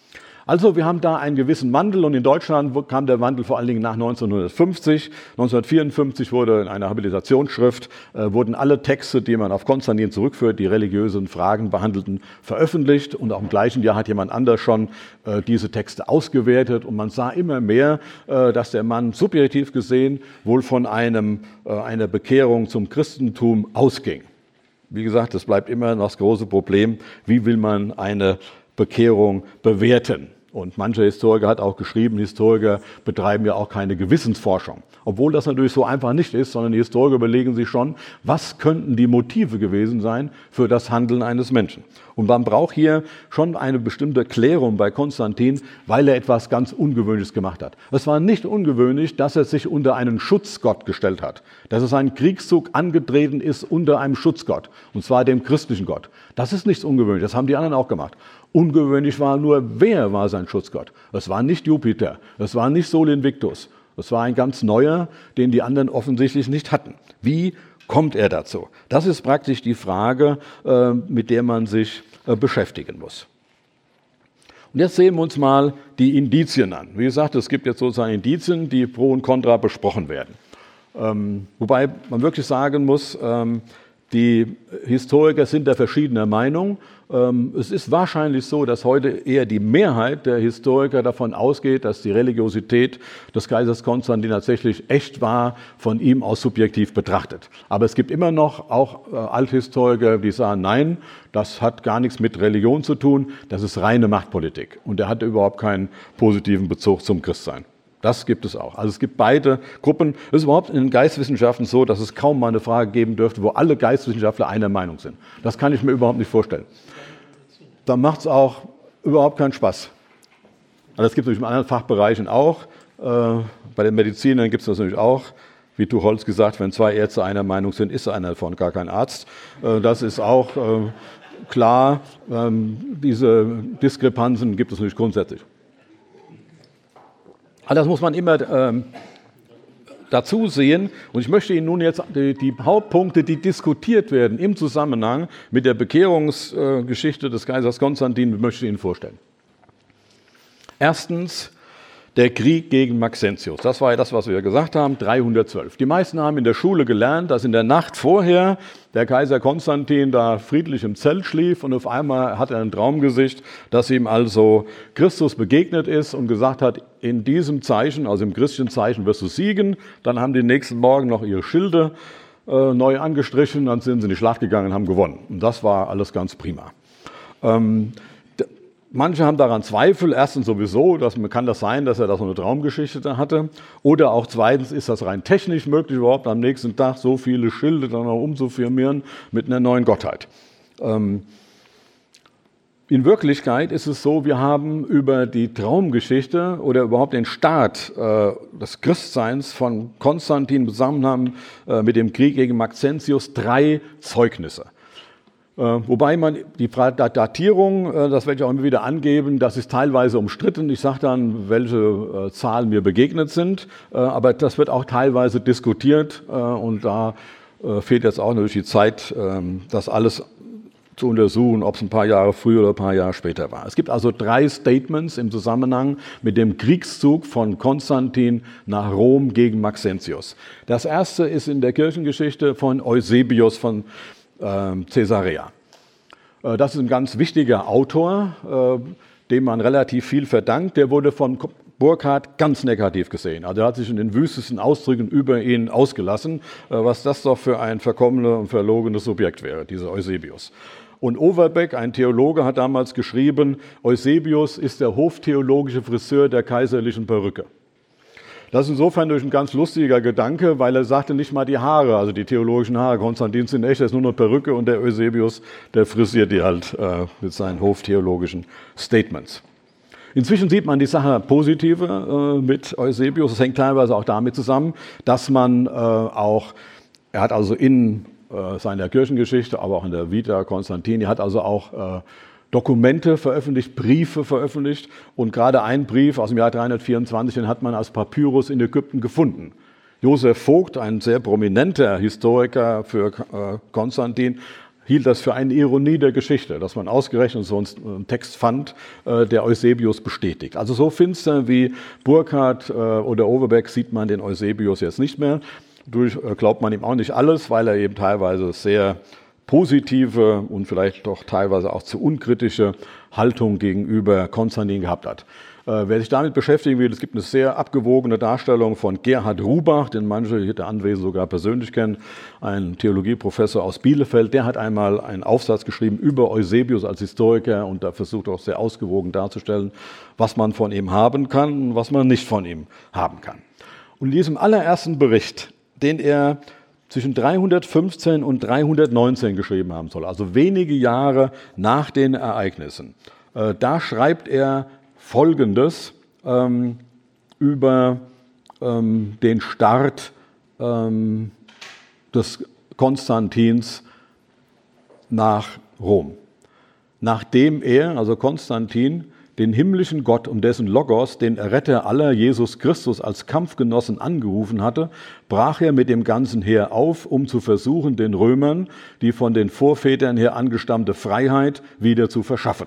Also wir haben da einen gewissen Wandel und in Deutschland kam der Wandel vor allen Dingen nach neunzehnhundertfünfzig. neunzehnhundertvierundfünfzig wurde in einer Habilitationsschrift, äh, wurden alle Texte, die man auf Konstantin zurückführt, die religiösen Fragen behandelten, veröffentlicht. Und auch im gleichen Jahr hat jemand anders schon äh, diese Texte ausgewertet. Und man sah immer mehr, äh, dass der Mann subjektiv gesehen wohl von einem, äh, einer Bekehrung zum Christentum ausging. Wie gesagt, das bleibt immer noch das große Problem, wie will man eine Bekehrung bewerten. Und mancher Historiker hat auch geschrieben, Historiker betreiben ja auch keine Gewissensforschung. Obwohl das natürlich so einfach nicht ist, sondern die Historiker überlegen sich schon, was könnten die Motive gewesen sein für das Handeln eines Menschen. Und man braucht hier schon eine bestimmte Klärung bei Konstantin, weil er etwas ganz Ungewöhnliches gemacht hat. Es war nicht ungewöhnlich, dass er sich unter einen Schutzgott gestellt hat. Dass es ein Kriegszug angetreten ist unter einem Schutzgott, und zwar dem christlichen Gott. Das ist nichts Ungewöhnliches, das haben die anderen auch gemacht. Ungewöhnlich war nur, wer war sein Schutzgott? Es war nicht Jupiter, es war nicht Sol Invictus, Das war ein ganz neuer, den die anderen offensichtlich nicht hatten. Wie kommt er dazu? Das ist praktisch die Frage, äh, mit der man sich äh, beschäftigen muss. Und jetzt sehen wir uns mal die Indizien an. Wie gesagt, es gibt jetzt sozusagen Indizien, die pro und contra besprochen werden. Ähm, wobei man wirklich sagen muss, ähm, die Historiker sind da verschiedener Meinung. Ähm, es ist wahrscheinlich so, dass heute eher die Mehrheit der Historiker davon ausgeht, dass die Religiosität des Kaisers Konstantin tatsächlich echt war, von ihm aus subjektiv betrachtet. Aber es gibt immer noch auch äh, Althistoriker, die sagen, nein, das hat gar nichts mit Religion zu tun, das ist reine Machtpolitik. Und er hatte überhaupt keinen positiven Bezug zum Christsein. Das gibt es auch. Also es gibt beide Gruppen. Es ist überhaupt in den Geisteswissenschaften so, dass es kaum mal eine Frage geben dürfte, wo alle Geisteswissenschaftler einer Meinung sind. Das kann ich mir überhaupt nicht vorstellen. Da macht es auch überhaupt keinen Spaß. Also das gibt es natürlich in anderen Fachbereichen auch. Äh, bei den Medizinern gibt es das natürlich auch. Wie Tucholsky gesagt, wenn zwei Ärzte einer Meinung sind, ist einer davon gar kein Arzt. Äh, das ist auch äh, klar. Ähm, diese Diskrepanzen gibt es natürlich grundsätzlich. Also das muss man immer ähm, dazu sehen. Und ich möchte Ihnen nun jetzt die, die Hauptpunkte, die diskutiert werden im Zusammenhang mit der Bekehrungsgeschichte äh, des Kaisers Konstantin, möchte ich Ihnen vorstellen. Erstens der Krieg gegen Maxentius. Das war ja das, was wir gesagt haben, dreihundertzwölf. Die meisten haben in der Schule gelernt, dass in der Nacht vorher der Kaiser Konstantin da friedlich im Zelt schlief und auf einmal hat er ein Traumgesicht, dass ihm also Christus begegnet ist und gesagt hat, in diesem Zeichen, also im christlichen Zeichen wirst du siegen. Dann haben die nächsten Morgen noch ihre Schilde äh, neu angestrichen, dann sind sie in die Schlacht gegangen und haben gewonnen. Und das war alles ganz prima. Ähm, Manche haben daran Zweifel. Erstens sowieso, dass man, kann das sein, dass er da so eine Traumgeschichte da hatte. Oder auch zweitens, ist das rein technisch möglich, überhaupt am nächsten Tag so viele Schilde dann noch umzufirmieren mit einer neuen Gottheit. Ähm, in Wirklichkeit ist es so, wir haben über die Traumgeschichte oder überhaupt den Start äh, des Christseins von Konstantin im Zusammenhang äh, mit dem Krieg gegen Maxentius drei Zeugnisse. Wobei man die Datierung, das werde ich auch immer wieder angeben, das ist teilweise umstritten. Ich sage dann, welche Zahlen mir begegnet sind, aber das wird auch teilweise diskutiert und da fehlt jetzt auch natürlich die Zeit, das alles zu untersuchen, ob es ein paar Jahre früher oder ein paar Jahre später war. Es gibt also drei Statements im Zusammenhang mit dem Kriegszug von Konstantin nach Rom gegen Maxentius. Das erste ist in der Kirchengeschichte von Eusebius von Caesarea. Das ist ein ganz wichtiger Autor, dem man relativ viel verdankt. Der wurde von Burckhardt ganz negativ gesehen. Also er hat sich in den wüstesten Ausdrücken über ihn ausgelassen, was das doch für ein verkommenes und verlogenes Subjekt wäre, dieser Eusebius. Und Overbeck, ein Theologe, hat damals geschrieben, Eusebius ist der hoftheologische Friseur der kaiserlichen Perücke. Das ist insofern durch ein ganz lustiger Gedanke, weil er sagte nicht mal die Haare, also die theologischen Haare. Konstantin sind echt, das ist nur eine Perücke und der Eusebius, der frisiert die halt äh, mit seinen hoftheologischen Statements. Inzwischen sieht man die Sache positive äh, mit Eusebius. Das hängt teilweise auch damit zusammen, dass man äh, auch, er hat also in äh, seiner Kirchengeschichte, aber auch in der Vita Constantini, hat also auch äh, Dokumente veröffentlicht, Briefe veröffentlicht und gerade ein Brief aus dem Jahr dreihundertvierundzwanzig, den hat man als Papyrus in Ägypten gefunden. Josef Vogt, ein sehr prominenter Historiker für äh, Konstantin, hielt das für eine Ironie der Geschichte, dass man ausgerechnet so einen Text fand, äh, der Eusebius bestätigt. Also so finster wie Burckhardt äh, oder Overbeck sieht man den Eusebius jetzt nicht mehr. Durch äh, glaubt man ihm auch nicht alles, weil er eben teilweise sehr positive und vielleicht doch teilweise auch zu unkritische Haltung gegenüber Konstantin gehabt hat. Äh, wer sich damit beschäftigen will, es gibt eine sehr abgewogene Darstellung von Gerhard Rubach, den manche hier der Anwesenden sogar persönlich kennen, ein Theologieprofessor aus Bielefeld, der hat einmal einen Aufsatz geschrieben über Eusebius als Historiker und da versucht auch sehr ausgewogen darzustellen, was man von ihm haben kann und was man nicht von ihm haben kann. Und in diesem allerersten Bericht, den er zwischen dreihundertfünfzehn und dreihundertneunzehn geschrieben haben soll, also wenige Jahre nach den Ereignissen. Äh, da schreibt er Folgendes ähm, über ähm, den Start ähm, des Konstantins nach Rom. Nachdem er, also Konstantin, den himmlischen Gott, um dessen Logos den Erretter aller Jesus Christus als Kampfgenossen angerufen hatte, brach er mit dem ganzen Heer auf, um zu versuchen, den Römern die von den Vorvätern her angestammte Freiheit wieder zu verschaffen.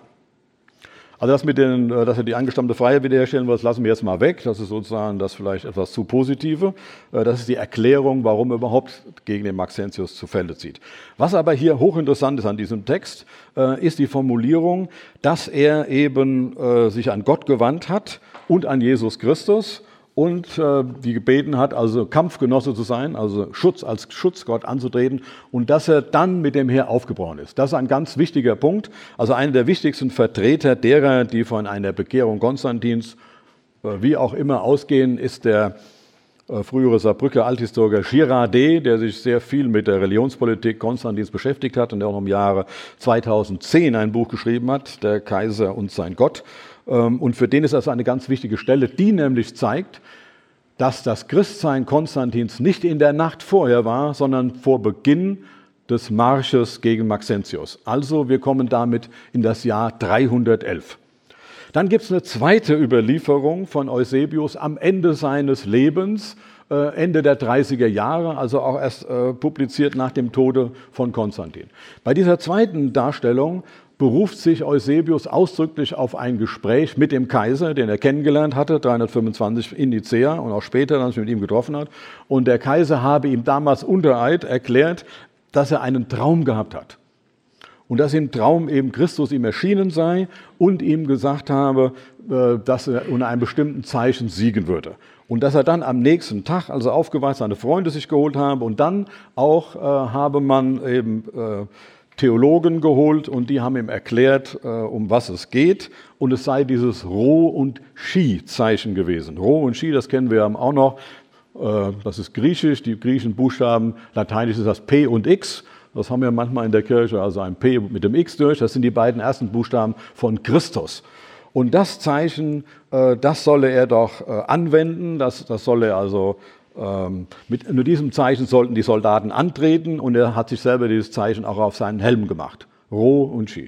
Also das mit den, dass er die angestammte Freiheit wiederherstellen will, das lassen wir jetzt mal weg. Das ist sozusagen das vielleicht etwas zu Positive. Das ist die Erklärung, warum er überhaupt gegen den Maxentius zu Felde zieht. Was aber hier hochinteressant ist an diesem Text, ist die Formulierung, dass er eben sich an Gott gewandt hat und an Jesus Christus und äh, die gebeten hat, also Kampfgenosse zu sein, also Schutz als Schutzgott anzutreten und dass er dann mit dem Heer aufgebrochen ist. Das ist ein ganz wichtiger Punkt, also einer der wichtigsten Vertreter derer, die von einer Bekehrung Konstantins, äh, wie auch immer ausgehen, ist der äh, frühere Saarbrücker Althistoriker Girardet, der sich sehr viel mit der Religionspolitik Konstantins beschäftigt hat und der auch im Jahre zweitausendzehn ein Buch geschrieben hat, Der Kaiser und sein Gott. Und für den ist das eine ganz wichtige Stelle, die nämlich zeigt, dass das Christsein Konstantins nicht in der Nacht vorher war, sondern vor Beginn des Marsches gegen Maxentius. Also wir kommen damit in das Jahr dreihundertelf. Dann gibt es eine zweite Überlieferung von Eusebius am Ende seines Lebens, Ende der dreißiger Jahre, also auch erst publiziert nach dem Tode von Konstantin. Bei dieser zweiten Darstellung beruft sich Eusebius ausdrücklich auf ein Gespräch mit dem Kaiser, den er kennengelernt hatte, dreihundertfünfundzwanzig in Nicäa und auch später, als er sich mit ihm getroffen hat. Und der Kaiser habe ihm damals unter Eid erklärt, dass er einen Traum gehabt hat. Und dass im Traum eben Christus ihm erschienen sei und ihm gesagt habe, dass er unter einem bestimmten Zeichen siegen würde. Und dass er dann am nächsten Tag, also aufgewacht, seine Freunde sich geholt habe und dann auch äh, habe man eben äh, Theologen geholt und die haben ihm erklärt, äh, um was es geht. Und es sei dieses Rho- und Chi-Zeichen gewesen. Rho und Chi, das kennen wir auch noch. Äh, das ist griechisch, die griechischen Buchstaben, lateinisch ist das P und X. Das haben wir manchmal in der Kirche, also ein P mit dem X durch. Das sind die beiden ersten Buchstaben von Christus. Und das Zeichen, äh, das solle er doch äh, anwenden, das, das solle er also Ähm, mit nur diesem Zeichen sollten die Soldaten antreten und er hat sich selber dieses Zeichen auch auf seinen Helm gemacht. Rho und Chi.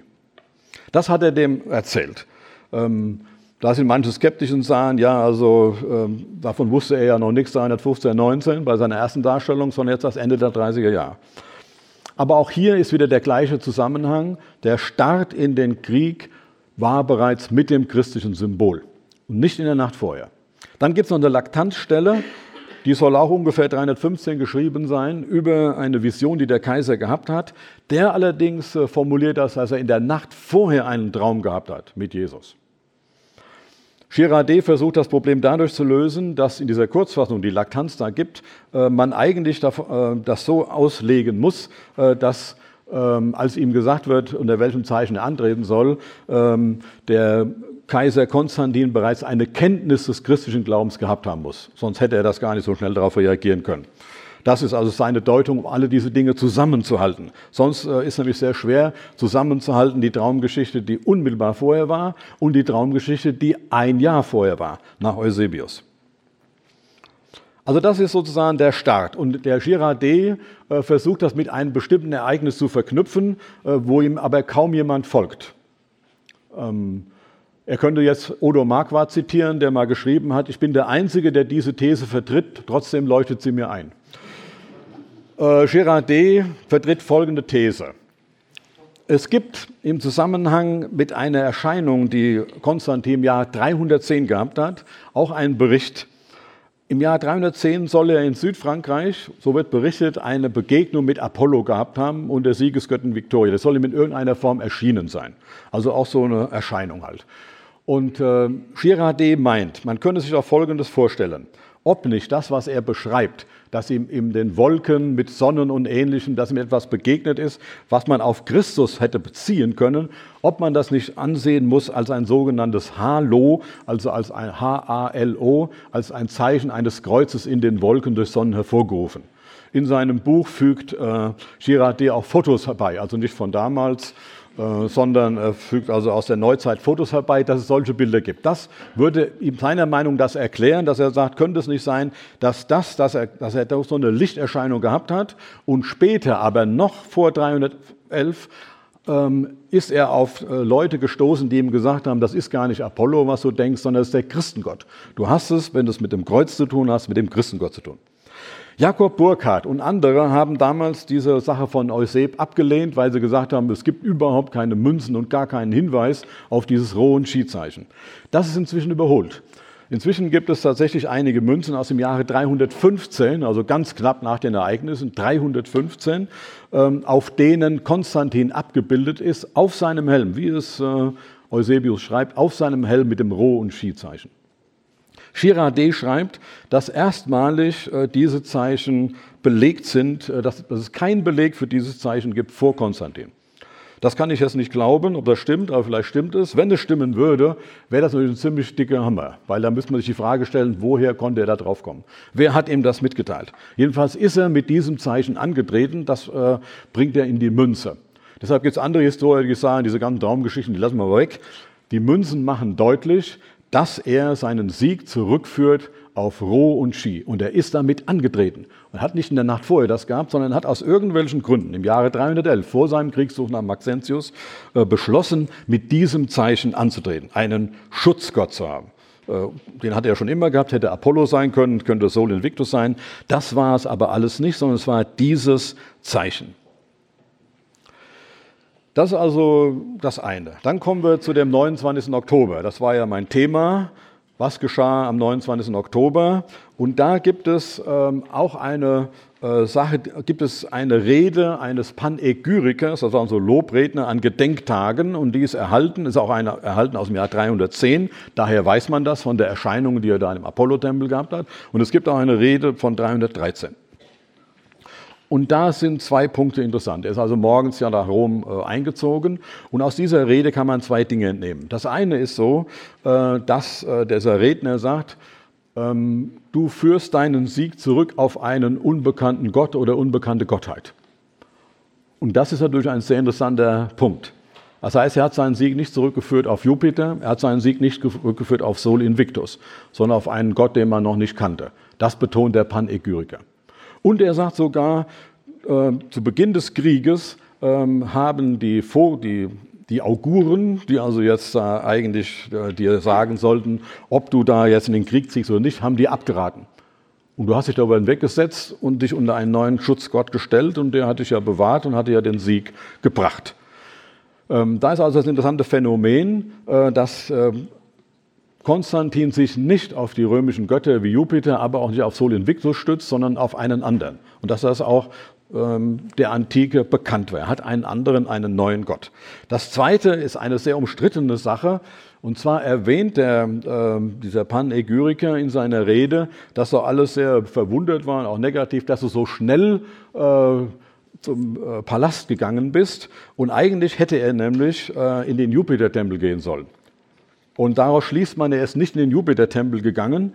Das hat er dem erzählt. Ähm, da sind manche skeptisch und sagen, ja, also ähm, davon wusste er ja noch nichts dreihundertfünfzehn, neunzehn bei seiner ersten Darstellung, sondern jetzt das Ende der dreißiger Jahre. Aber auch hier ist wieder der gleiche Zusammenhang. Der Start in den Krieg war bereits mit dem christlichen Symbol und nicht in der Nacht vorher. Dann gibt es noch eine Laktanzstelle, die soll auch ungefähr dreihundertfünfzehn geschrieben sein, über eine Vision, die der Kaiser gehabt hat. Der allerdings äh, formuliert das, dass er in der Nacht vorher einen Traum gehabt hat mit Jesus. Girardet versucht das Problem dadurch zu lösen, dass in dieser Kurzfassung, die Laktanz da gibt, äh, man eigentlich das, äh, das so auslegen muss, äh, dass ähm, als ihm gesagt wird, unter welchem Zeichen er antreten soll, ähm, der Kaiser Konstantin bereits eine Kenntnis des christlichen Glaubens gehabt haben muss. Sonst hätte er das gar nicht so schnell darauf reagieren können. Das ist also seine Deutung, um alle diese Dinge zusammenzuhalten. Sonst äh, ist nämlich sehr schwer zusammenzuhalten die Traumgeschichte, die unmittelbar vorher war und die Traumgeschichte, die ein Jahr vorher war, nach Eusebius. Also das ist sozusagen der Start. Und der Girardet äh, versucht das mit einem bestimmten Ereignis zu verknüpfen, äh, wo ihm aber kaum jemand folgt. Ähm, Er könnte jetzt Odo Marquardt zitieren, der mal geschrieben hat, ich bin der Einzige, der diese These vertritt, trotzdem leuchtet sie mir ein. Äh, Girardet vertritt folgende These. Es gibt im Zusammenhang mit einer Erscheinung, die Konstantin im Jahr dreihundertzehn gehabt hat, auch einen Bericht. Im Jahr dreihundertzehn soll er in Südfrankreich, so wird berichtet, eine Begegnung mit Apollo gehabt haben und der Siegesgöttin Victoria. Das soll ihm in irgendeiner Form erschienen sein. Also auch so eine Erscheinung halt. Und äh, Girardet meint, man könnte sich auch Folgendes vorstellen. Ob nicht das, was er beschreibt, dass ihm in den Wolken mit Sonnen und Ähnlichem, dass ihm etwas begegnet ist, was man auf Christus hätte beziehen können, ob man das nicht ansehen muss als ein sogenanntes Halo, also als ein H A L O, als ein Zeichen eines Kreuzes in den Wolken durch Sonnen hervorgerufen. In seinem Buch fügt äh, Girardet auch Fotos herbei, also nicht von damals, Äh, sondern äh, fügt also aus der Neuzeit Fotos herbei, dass es solche Bilder gibt. Das würde ihm seiner Meinung das erklären, dass er sagt, könnte es nicht sein, dass das, dass er, dass er so eine Lichterscheinung gehabt hat und später, aber noch vor dreihundertelf, ähm, ist er auf äh, Leute gestoßen, die ihm gesagt haben, das ist gar nicht Apollo, was du denkst, sondern das ist der Christengott. Du hast es, wenn du es mit dem Kreuz zu tun hast, mit dem Christengott zu tun. Jakob Burckhardt und andere haben damals diese Sache von Euseb abgelehnt, weil sie gesagt haben, es gibt überhaupt keine Münzen und gar keinen Hinweis auf dieses Rho- und Chi-Zeichen. Das ist inzwischen überholt. Inzwischen gibt es tatsächlich einige Münzen aus dem Jahre dreihundertfünfzehn, also ganz knapp nach den Ereignissen, dreihundertfünfzehn, auf denen Konstantin abgebildet ist, auf seinem Helm, wie es Eusebius schreibt, auf seinem Helm mit dem Rho- und Chi-Zeichen. Girardet schreibt, dass erstmalig äh, diese Zeichen belegt sind, äh, dass, dass es keinen Beleg für dieses Zeichen gibt vor Konstantin. Das kann ich jetzt nicht glauben, ob das stimmt, aber vielleicht stimmt es. Wenn es stimmen würde, wäre das natürlich ein ziemlich dicker Hammer, weil da müsste man sich die Frage stellen, woher konnte er da drauf kommen? Wer hat ihm das mitgeteilt? Jedenfalls ist er mit diesem Zeichen angetreten, das äh, bringt er in die Münze. Deshalb gibt es andere Historiker, die sagen, diese ganzen Traumgeschichten, die lassen wir mal weg. Die Münzen machen deutlich, dass er seinen Sieg zurückführt auf Rho und Chi. Und er ist damit angetreten. Und hat nicht in der Nacht vorher das gehabt, sondern hat aus irgendwelchen Gründen im Jahre dreihundertelf, vor seinem Kriegszug nach Maxentius, äh, beschlossen, mit diesem Zeichen anzutreten, einen Schutzgott zu haben. Äh, den hat er schon immer gehabt, hätte Apollo sein können, könnte Sol Invictus sein. Das war es aber alles nicht, sondern es war dieses Zeichen. Das ist also das eine. Dann kommen wir zu dem neunundzwanzigsten Oktober. Das war ja mein Thema. Was geschah am neunundzwanzigsten Oktober? Und da gibt es ähm, auch eine äh, Sache, gibt es eine Rede eines Panegyrikers, das waren so Lobredner an Gedenktagen, und die ist erhalten, ist auch eine erhalten aus dem Jahr dreihundertzehn. Daher weiß man das von der Erscheinung, die er da im Apollo-Tempel gehabt hat. Und es gibt auch eine Rede von dreihundertdreizehn. Und da sind zwei Punkte interessant. Er ist also morgens ja nach Rom äh, eingezogen. Und aus dieser Rede kann man zwei Dinge entnehmen. Das eine ist so, äh, dass äh, dieser Redner sagt, ähm, du führst deinen Sieg zurück auf einen unbekannten Gott oder unbekannte Gottheit. Und das ist natürlich ein sehr interessanter Punkt. Das heißt, er hat seinen Sieg nicht zurückgeführt auf Jupiter, er hat seinen Sieg nicht zurückgeführt auf Sol Invictus, sondern auf einen Gott, den man noch nicht kannte. Das betont der Panegyriker. Und er sagt sogar, äh, zu Beginn des Krieges äh, haben die, die, die Auguren, die also jetzt äh, eigentlich äh, dir sagen sollten, ob du da jetzt in den Krieg ziehst oder nicht, haben die abgeraten. Und du hast dich darüber hinweggesetzt und dich unter einen neuen Schutzgott gestellt und der hat dich ja bewahrt und hat dir ja den Sieg gebracht. Ähm, da ist also das interessante Phänomen, äh, dass äh, Konstantin sich nicht auf die römischen Götter wie Jupiter, aber auch nicht auf Sol Invictus stützt, sondern auf einen anderen. Und dass das auch ähm, der Antike bekannt war. Er hat einen anderen, einen neuen Gott. Das Zweite ist eine sehr umstrittene Sache. Und zwar erwähnt der, äh, dieser Panegyriker in seiner Rede, dass so alles sehr verwundert war, auch negativ, dass du so schnell äh, zum äh, Palast gegangen bist. Und eigentlich hätte er nämlich äh, in den Jupitertempel gehen sollen. Und daraus schließt man, er ist nicht in den Jupitertempel gegangen,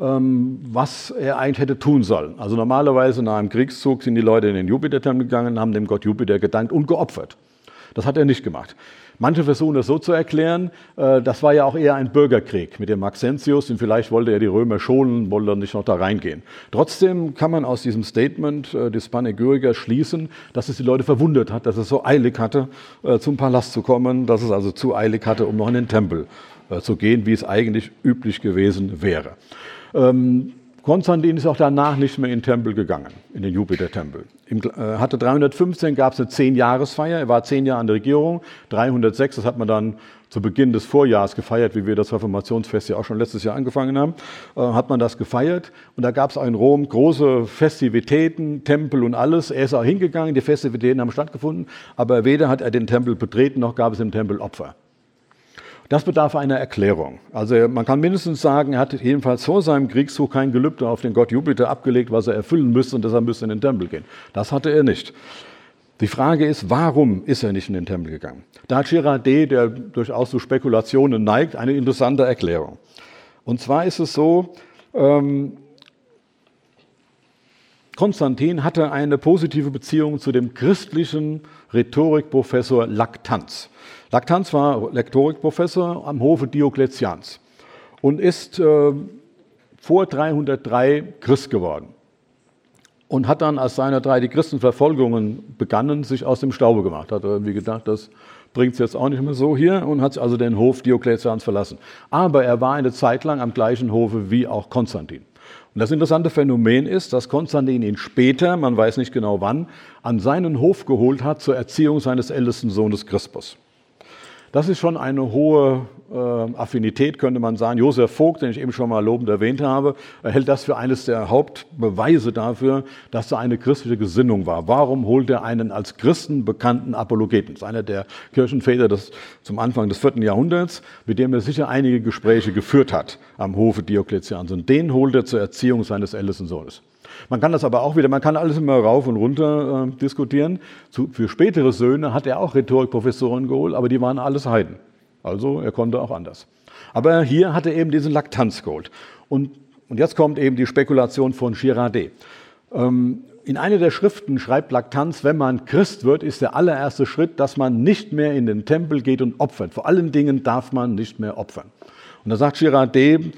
was er eigentlich hätte tun sollen. Also normalerweise nach einem Kriegszug sind die Leute in den Jupitertempel gegangen, haben dem Gott Jupiter gedankt und geopfert. Das hat er nicht gemacht. Manche versuchen das so zu erklären, das war ja auch eher ein Bürgerkrieg mit dem Maxentius und vielleicht wollte er die Römer schonen, wollte er nicht noch da reingehen. Trotzdem kann man aus diesem Statement des Panegyrikers schließen, dass es die Leute verwundert hat, dass es so eilig hatte, zum Palast zu kommen, dass es also zu eilig hatte, um noch in den Tempel zu gehen, wie es eigentlich üblich gewesen wäre. Ähm, Konstantin ist auch danach nicht mehr in den Tempel gegangen, in den Jupitertempel. Im, äh, hatte dreihundertfünfzehn gab es eine Zehn-Jahres-Feier, er war zehn Jahre an der Regierung, dreihundertsechs, das hat man dann zu Beginn des Vorjahres gefeiert, wie wir das Reformationsfest ja auch schon letztes Jahr angefangen haben, äh, hat man das gefeiert. Und da gab es auch in Rom große Festivitäten, Tempel und alles. Er ist auch hingegangen, die Festivitäten haben stattgefunden, aber weder hat er den Tempel betreten, noch gab es im Tempel Opfer. Das bedarf einer Erklärung. Also man kann mindestens sagen, er hat jedenfalls vor seinem Kriegszug kein Gelübde auf den Gott Jupiter abgelegt, was er erfüllen müsste, und deshalb müsste er in den Tempel gehen. Das hatte er nicht. Die Frage ist, warum ist er nicht in den Tempel gegangen? Da hat Girardet, der durchaus zu Spekulationen neigt, eine interessante Erklärung. Und zwar ist es so, ähm, Konstantin hatte eine positive Beziehung zu dem christlichen Rhetorikprofessor Laktanz. Laktanz war Rhetorikprofessor am Hofe Diokletians und ist äh, vor dreihundertdrei Christ geworden. und hat dann, als seine drei die Christenverfolgungen begannen, sich aus dem Staube gemacht. Hat irgendwie gedacht, das bringt es jetzt auch nicht mehr so hier und hat also den Hof Diokletians verlassen. Aber er war eine Zeit lang am gleichen Hofe wie auch Konstantin. Und das interessante Phänomen ist, dass Konstantin ihn später, man weiß nicht genau wann, an seinen Hof geholt hat zur Erziehung seines ältesten Sohnes Crispus. Das ist schon eine hohe äh, Affinität, könnte man sagen. Josef Vogt, den ich eben schon mal lobend erwähnt habe, hält das für eines der Hauptbeweise dafür, dass da eine christliche Gesinnung war. Warum holt er einen als Christen bekannten Apologeten? Das ist einer der Kirchenväter des, zum Anfang des vierten Jahrhunderts, mit dem er sicher einige Gespräche geführt hat am Hofe Diokletians. Und den holt er zur Erziehung seines ältesten Sohnes. Man kann das aber auch wieder, man kann alles immer rauf und runter äh, diskutieren. Zu, für spätere Söhne hat er auch Rhetorikprofessoren geholt, aber die waren alles Heiden. Also er konnte auch anders. Aber hier hat er eben diesen Laktanz geholt. Und, und jetzt kommt eben die Spekulation von Girardet. Ähm, in einer der Schriften schreibt Laktanz, wenn man Christ wird, ist der allererste Schritt, dass man nicht mehr in den Tempel geht und opfert. Vor allen Dingen darf man nicht mehr opfern. Und da sagt Girardet,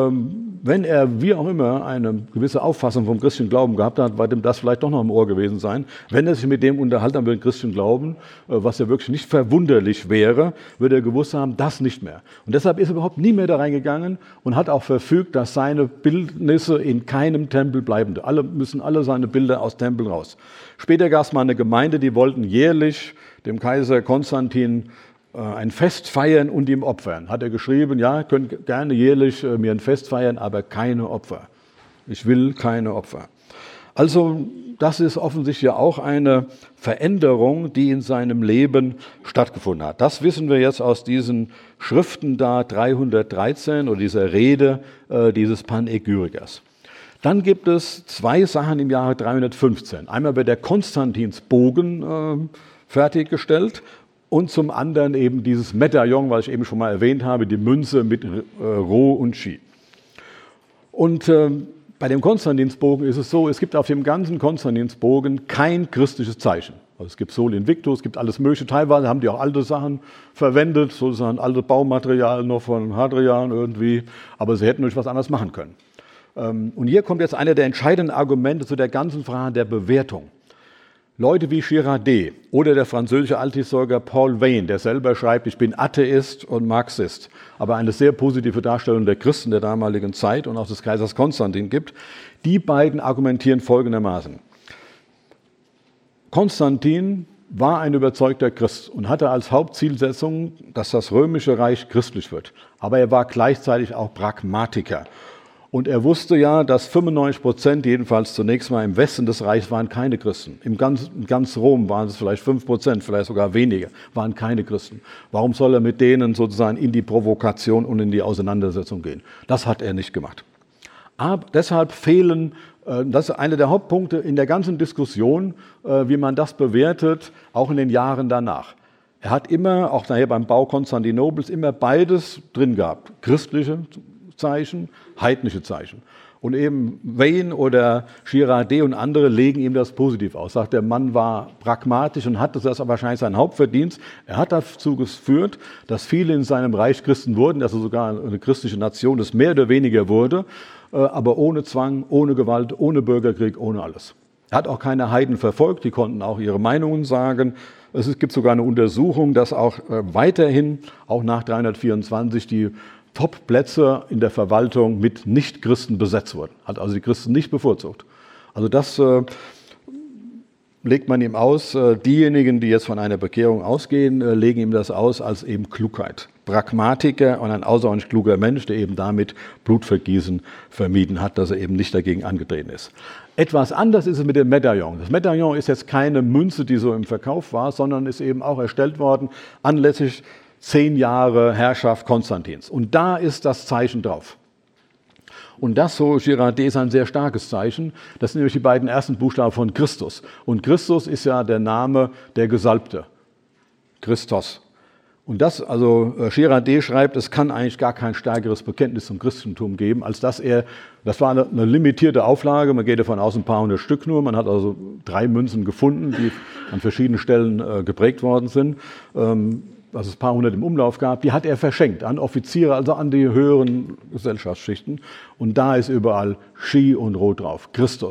wenn er wie auch immer eine gewisse Auffassung vom christlichen Glauben gehabt hat, wird ihm das vielleicht doch noch im Ohr gewesen sein. Wenn er sich mit dem unterhalten hat, mit dem christlichen Glauben, was ja wirklich nicht verwunderlich wäre, würde er gewusst haben, das nicht mehr. Und deshalb ist er überhaupt nie mehr da reingegangen und hat auch verfügt, dass seine Bildnisse in keinem Tempel bleiben. Alle müssen alle seine Bilder aus Tempeln raus. Später gab es mal eine Gemeinde, die wollten jährlich dem Kaiser Konstantin ein Fest feiern und ihm opfern. Hat er geschrieben, ja, könnt gerne jährlich mir ein Fest feiern, aber keine Opfer. Ich will keine Opfer. Also das ist offensichtlich ja auch eine Veränderung, die in seinem Leben stattgefunden hat. Das wissen wir jetzt aus diesen Schriften da dreihundertdreizehn oder dieser Rede äh, dieses Panegyrikers. Dann gibt es zwei Sachen im Jahre dreihundertfünfzehn. Einmal wird der Konstantinsbogen äh, fertiggestellt. Und zum anderen eben dieses Medaillon, was ich eben schon mal erwähnt habe, die Münze mit äh, Rho und Chi. Und äh, bei dem Konstantinsbogen ist es so, es gibt auf dem ganzen Konstantinsbogen kein christliches Zeichen. Also es gibt Soli Invictus, es gibt alles Mögliche. Teilweise haben die auch alte Sachen verwendet, sozusagen alte Baumaterial noch von Hadrian irgendwie. Aber sie hätten durch was anderes machen können. Ähm, und hier kommt jetzt einer der entscheidenden Argumente zu der ganzen Frage der Bewertung. Leute wie Girardet oder der französische Althistoriker Paul Veyne, der selber schreibt, ich bin Atheist und Marxist, aber eine sehr positive Darstellung der Christen der damaligen Zeit und auch des Kaisers Konstantin gibt, die beiden argumentieren folgendermaßen. Konstantin war ein überzeugter Christ und hatte als Hauptzielsetzung, dass das römische Reich christlich wird. Aber er war gleichzeitig auch Pragmatiker. Und er wusste ja, dass fünfundneunzig Prozent, jedenfalls zunächst mal im Westen des Reichs, waren keine Christen. Im ganz, in ganz Rom waren es vielleicht fünf Prozent, vielleicht sogar weniger, waren keine Christen. Warum soll er mit denen sozusagen in die Provokation und in die Auseinandersetzung gehen? Das hat er nicht gemacht. Aber deshalb fehlen, äh, das ist einer der Hauptpunkte in der ganzen Diskussion, äh, wie man das bewertet, auch in den Jahren danach. Er hat immer, auch nachher beim Bau Konstantinopels, immer beides drin gehabt. Christliche Zeichen, heidnische Zeichen. Und eben Veyne oder Girardet und andere legen ihm das positiv aus. Sagt, der Mann war pragmatisch und hatte das wahrscheinlich sein Hauptverdienst. Er hat dazu geführt, dass viele in seinem Reich Christen wurden, dass er sogar eine christliche Nation es mehr oder weniger wurde, aber ohne Zwang, ohne Gewalt, ohne Bürgerkrieg, ohne alles. Er hat auch keine Heiden verfolgt, die konnten auch ihre Meinungen sagen. Es gibt sogar eine Untersuchung, dass auch weiterhin, auch nach dreihundertvierundzwanzig, die Top-Plätze in der Verwaltung mit Nicht-Christen besetzt wurden. Hat also die Christen nicht bevorzugt. Also das äh, legt man ihm aus. Äh, diejenigen, die jetzt von einer Bekehrung ausgehen, äh, legen ihm das aus als eben Klugheit. Pragmatiker und ein außerordentlich kluger Mensch, der eben damit Blutvergießen vermieden hat, dass er eben nicht dagegen angetreten ist. Etwas anders ist es mit dem Medaillon. Das Medaillon ist jetzt keine Münze, die so im Verkauf war, sondern ist eben auch erstellt worden anlässlich zehn Jahre Herrschaft Konstantins. Und da ist das Zeichen drauf. Und das, so Girardet, ist ein sehr starkes Zeichen. Das sind nämlich die beiden ersten Buchstaben von Christus. Und Christus ist ja der Name der Gesalbte. Christos. Und das, also Girardet schreibt, es kann eigentlich gar kein stärkeres Bekenntnis zum Christentum geben, als dass er, das war eine, eine limitierte Auflage, man geht davon aus, ein paar hundert Stück nur, man hat also drei Münzen gefunden, die an verschiedenen Stellen äh, geprägt worden sind. Ähm, was es ein paar hundert im Umlauf gab, die hat er verschenkt an Offiziere, also an die höheren Gesellschaftsschichten. Und da ist überall Chi und Rot drauf, Christus.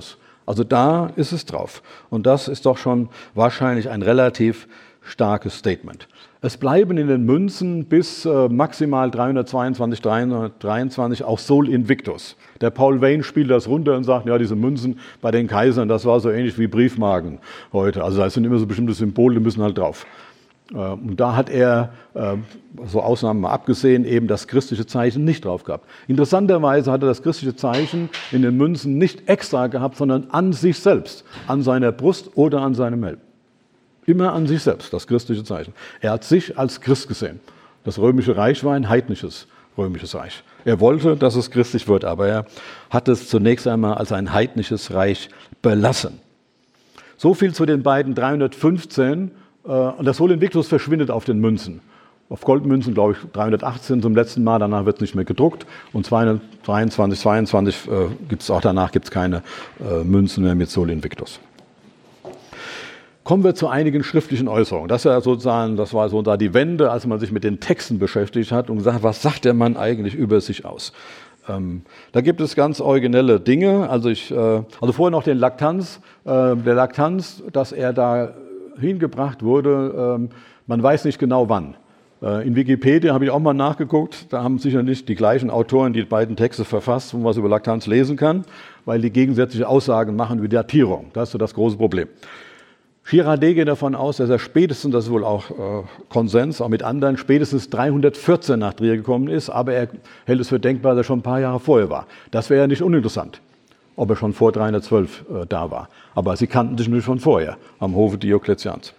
Also da ist es drauf. Und das ist doch schon wahrscheinlich ein relativ starkes Statement. Es bleiben in den Münzen bis äh, maximal dreihundertzweiundzwanzig, dreihundertdreiundzwanzig auch Sol Invictus. Der Paul Vane spielt das runter und sagt, ja, diese Münzen bei den Kaisern, das war so ähnlich wie Briefmarken heute. Also da sind immer so bestimmte Symbole, die müssen halt drauf. Und da hat er, so Ausnahmen mal abgesehen, eben das christliche Zeichen nicht drauf gehabt. Interessanterweise hat er das christliche Zeichen in den Münzen nicht extra gehabt, sondern an sich selbst, an seiner Brust oder an seinem Helm. Immer an sich selbst, das christliche Zeichen. Er hat sich als Christ gesehen. Das römische Reich war ein heidnisches römisches Reich. Er wollte, dass es christlich wird, aber er hat es zunächst einmal als ein heidnisches Reich belassen. So viel zu den beiden dreihundertfünfzehn. Und das Sol Invictus verschwindet auf den Münzen. Auf Goldmünzen, glaube ich, dreihundertachtzehn zum letzten Mal, danach wird es nicht mehr gedruckt. Und zweihundertdreiundzwanzig, zweiundzwanzig äh, gibt es auch danach gibt's keine äh, Münzen mehr mit Sol Invictus. Kommen wir zu einigen schriftlichen Äußerungen. Das, ja sozusagen, das war so da die Wende, als man sich mit den Texten beschäftigt hat und gesagt, was sagt der Mann eigentlich über sich aus? Ähm, da gibt es ganz originelle Dinge. Also, ich, äh, also vorher noch den Laktanz, äh, der Laktanz, dass er da hingebracht wurde, ähm, man weiß nicht genau wann. Äh, in Wikipedia habe ich auch mal nachgeguckt, da haben sicher nicht die gleichen Autoren die beiden Texte verfasst, wo man was über Laktanz lesen kann, weil die gegensätzliche Aussagen machen über Datierung. Das ist so das große Problem. Girardet geht davon aus, dass er spätestens, das ist wohl auch äh, Konsens, auch mit anderen, spätestens dreihundertvierzehn nach Trier gekommen ist, aber er hält es für denkbar, dass er schon ein paar Jahre vorher war. Das wäre ja nicht uninteressant, ob er schon vor dreihundertzwölf äh, da war. Aber sie kannten sich nur schon vorher, am Hofe Diokletians.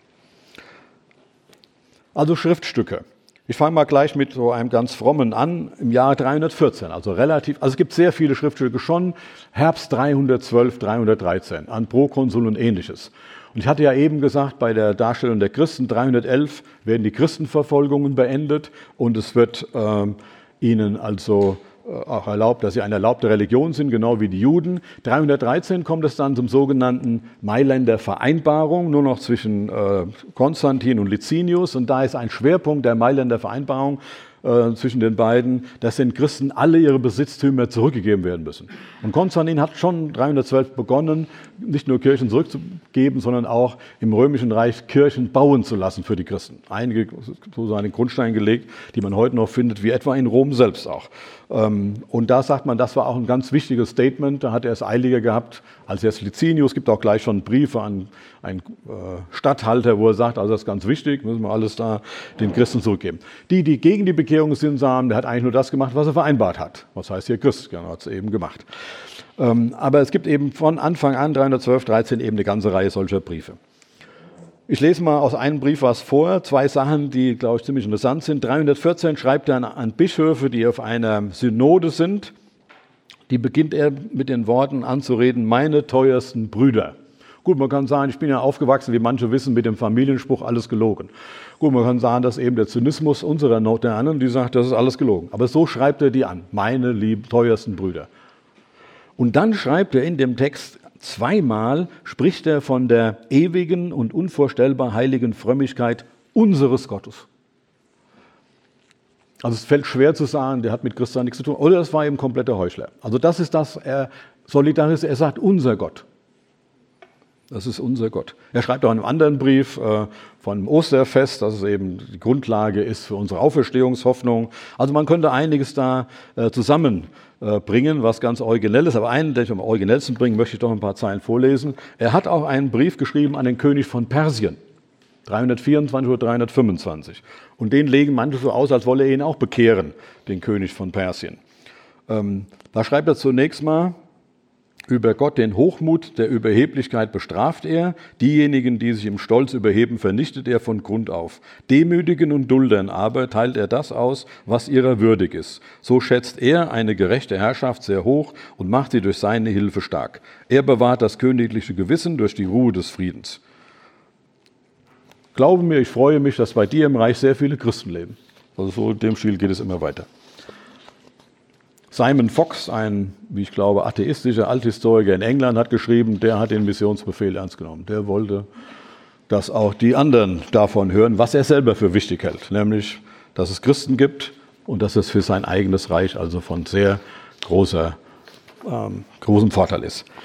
Also Schriftstücke. Ich fange mal gleich mit so einem ganz frommen an, im Jahre dreihundertvierzehn, also relativ, also es gibt sehr viele Schriftstücke schon, Herbst dreihundertzwölf, dreihundertdreizehn, an Prokonsul und Ähnliches. Und ich hatte ja eben gesagt, bei der Darstellung der Christen, dreihundertelf werden die Christenverfolgungen beendet und es wird äh, ihnen also auch erlaubt, dass sie eine erlaubte Religion sind, genau wie die Juden. dreihundertdreizehn kommt es dann zum sogenannten Mailänder Vereinbarung, nur noch zwischen äh, Konstantin und Licinius. Und da ist ein Schwerpunkt der Mailänder Vereinbarung äh, zwischen den beiden, dass den Christen alle ihre Besitztümer zurückgegeben werden müssen. Und Konstantin hat schon dreihundertzwölf begonnen, nicht nur Kirchen zurückzugeben, sondern auch im Römischen Reich Kirchen bauen zu lassen für die Christen. Einige sozusagen den Grundstein gelegt, die man heute noch findet, wie etwa in Rom selbst auch. Und da sagt man, das war auch ein ganz wichtiges Statement. Da hat er es eiliger gehabt als jetzt Licinius. Es gibt auch gleich schon Briefe an einen Statthalter, wo er sagt, also das ist ganz wichtig, müssen wir alles da den Christen zurückgeben. Die, die gegen die Bekehrung sind, sagen, der hat eigentlich nur das gemacht, was er vereinbart hat. Was heißt hier Christ? Genau, hat es eben gemacht. Aber es gibt eben von Anfang an, dreihundertzwölf, dreizehn, eben eine ganze Reihe solcher Briefe. Ich lese mal aus einem Brief was vor, zwei Sachen, die, glaube ich, ziemlich interessant sind. dreihundertvierzehn schreibt er an, an Bischöfe, die auf einer Synode sind. Die beginnt er mit den Worten anzureden, meine teuersten Brüder. Gut, man kann sagen, ich bin ja aufgewachsen, wie manche wissen, mit dem Familienspruch, alles gelogen. Gut, man kann sagen, dass eben der Zynismus unserer Modernen, die sagt, das ist alles gelogen. Aber so schreibt er die an, meine lieben, teuersten Brüder. Und dann schreibt er in dem Text, zweimal spricht er von der ewigen und unvorstellbar heiligen Frömmigkeit unseres Gottes. Also es fällt schwer zu sagen, der hat mit Christus nichts zu tun. Oder es war eben kompletter Heuchler. Also das ist das, er solidarisiert, er sagt unser Gott. Das ist unser Gott. Er schreibt auch in einem anderen Brief äh, von dem Osterfest, dass es eben die Grundlage ist für unsere Auferstehungshoffnung. Also man könnte einiges da äh, zusammenbringen, äh, was ganz originell ist. Aber einen, den ich am originellsten bringen, möchte ich doch ein paar Zeilen vorlesen. Er hat auch einen Brief geschrieben an den König von Persien, dreihundertvierundzwanzig oder dreihundertfünfundzwanzig. Und den legen manche so aus, als wolle er ihn auch bekehren, den König von Persien. Ähm, da schreibt er zunächst mal, über Gott den Hochmut der Überheblichkeit bestraft er, diejenigen, die sich im Stolz überheben, vernichtet er von Grund auf. Demütigen und Duldern aber teilt er das aus, was ihrer würdig ist. So schätzt er eine gerechte Herrschaft sehr hoch und macht sie durch seine Hilfe stark. Er bewahrt das königliche Gewissen durch die Ruhe des Friedens. Glaube mir, ich freue mich, dass bei dir im Reich sehr viele Christen leben. Also so in dem Stil geht es immer weiter. Simon Fox, ein, wie ich glaube, atheistischer Althistoriker in England, hat geschrieben, der hat den Missionsbefehl ernst genommen. Der wollte, dass auch die anderen davon hören, was er selber für wichtig hält. Nämlich, dass es Christen gibt und dass es für sein eigenes Reich also von sehr großer, ähm, großem Vorteil ist.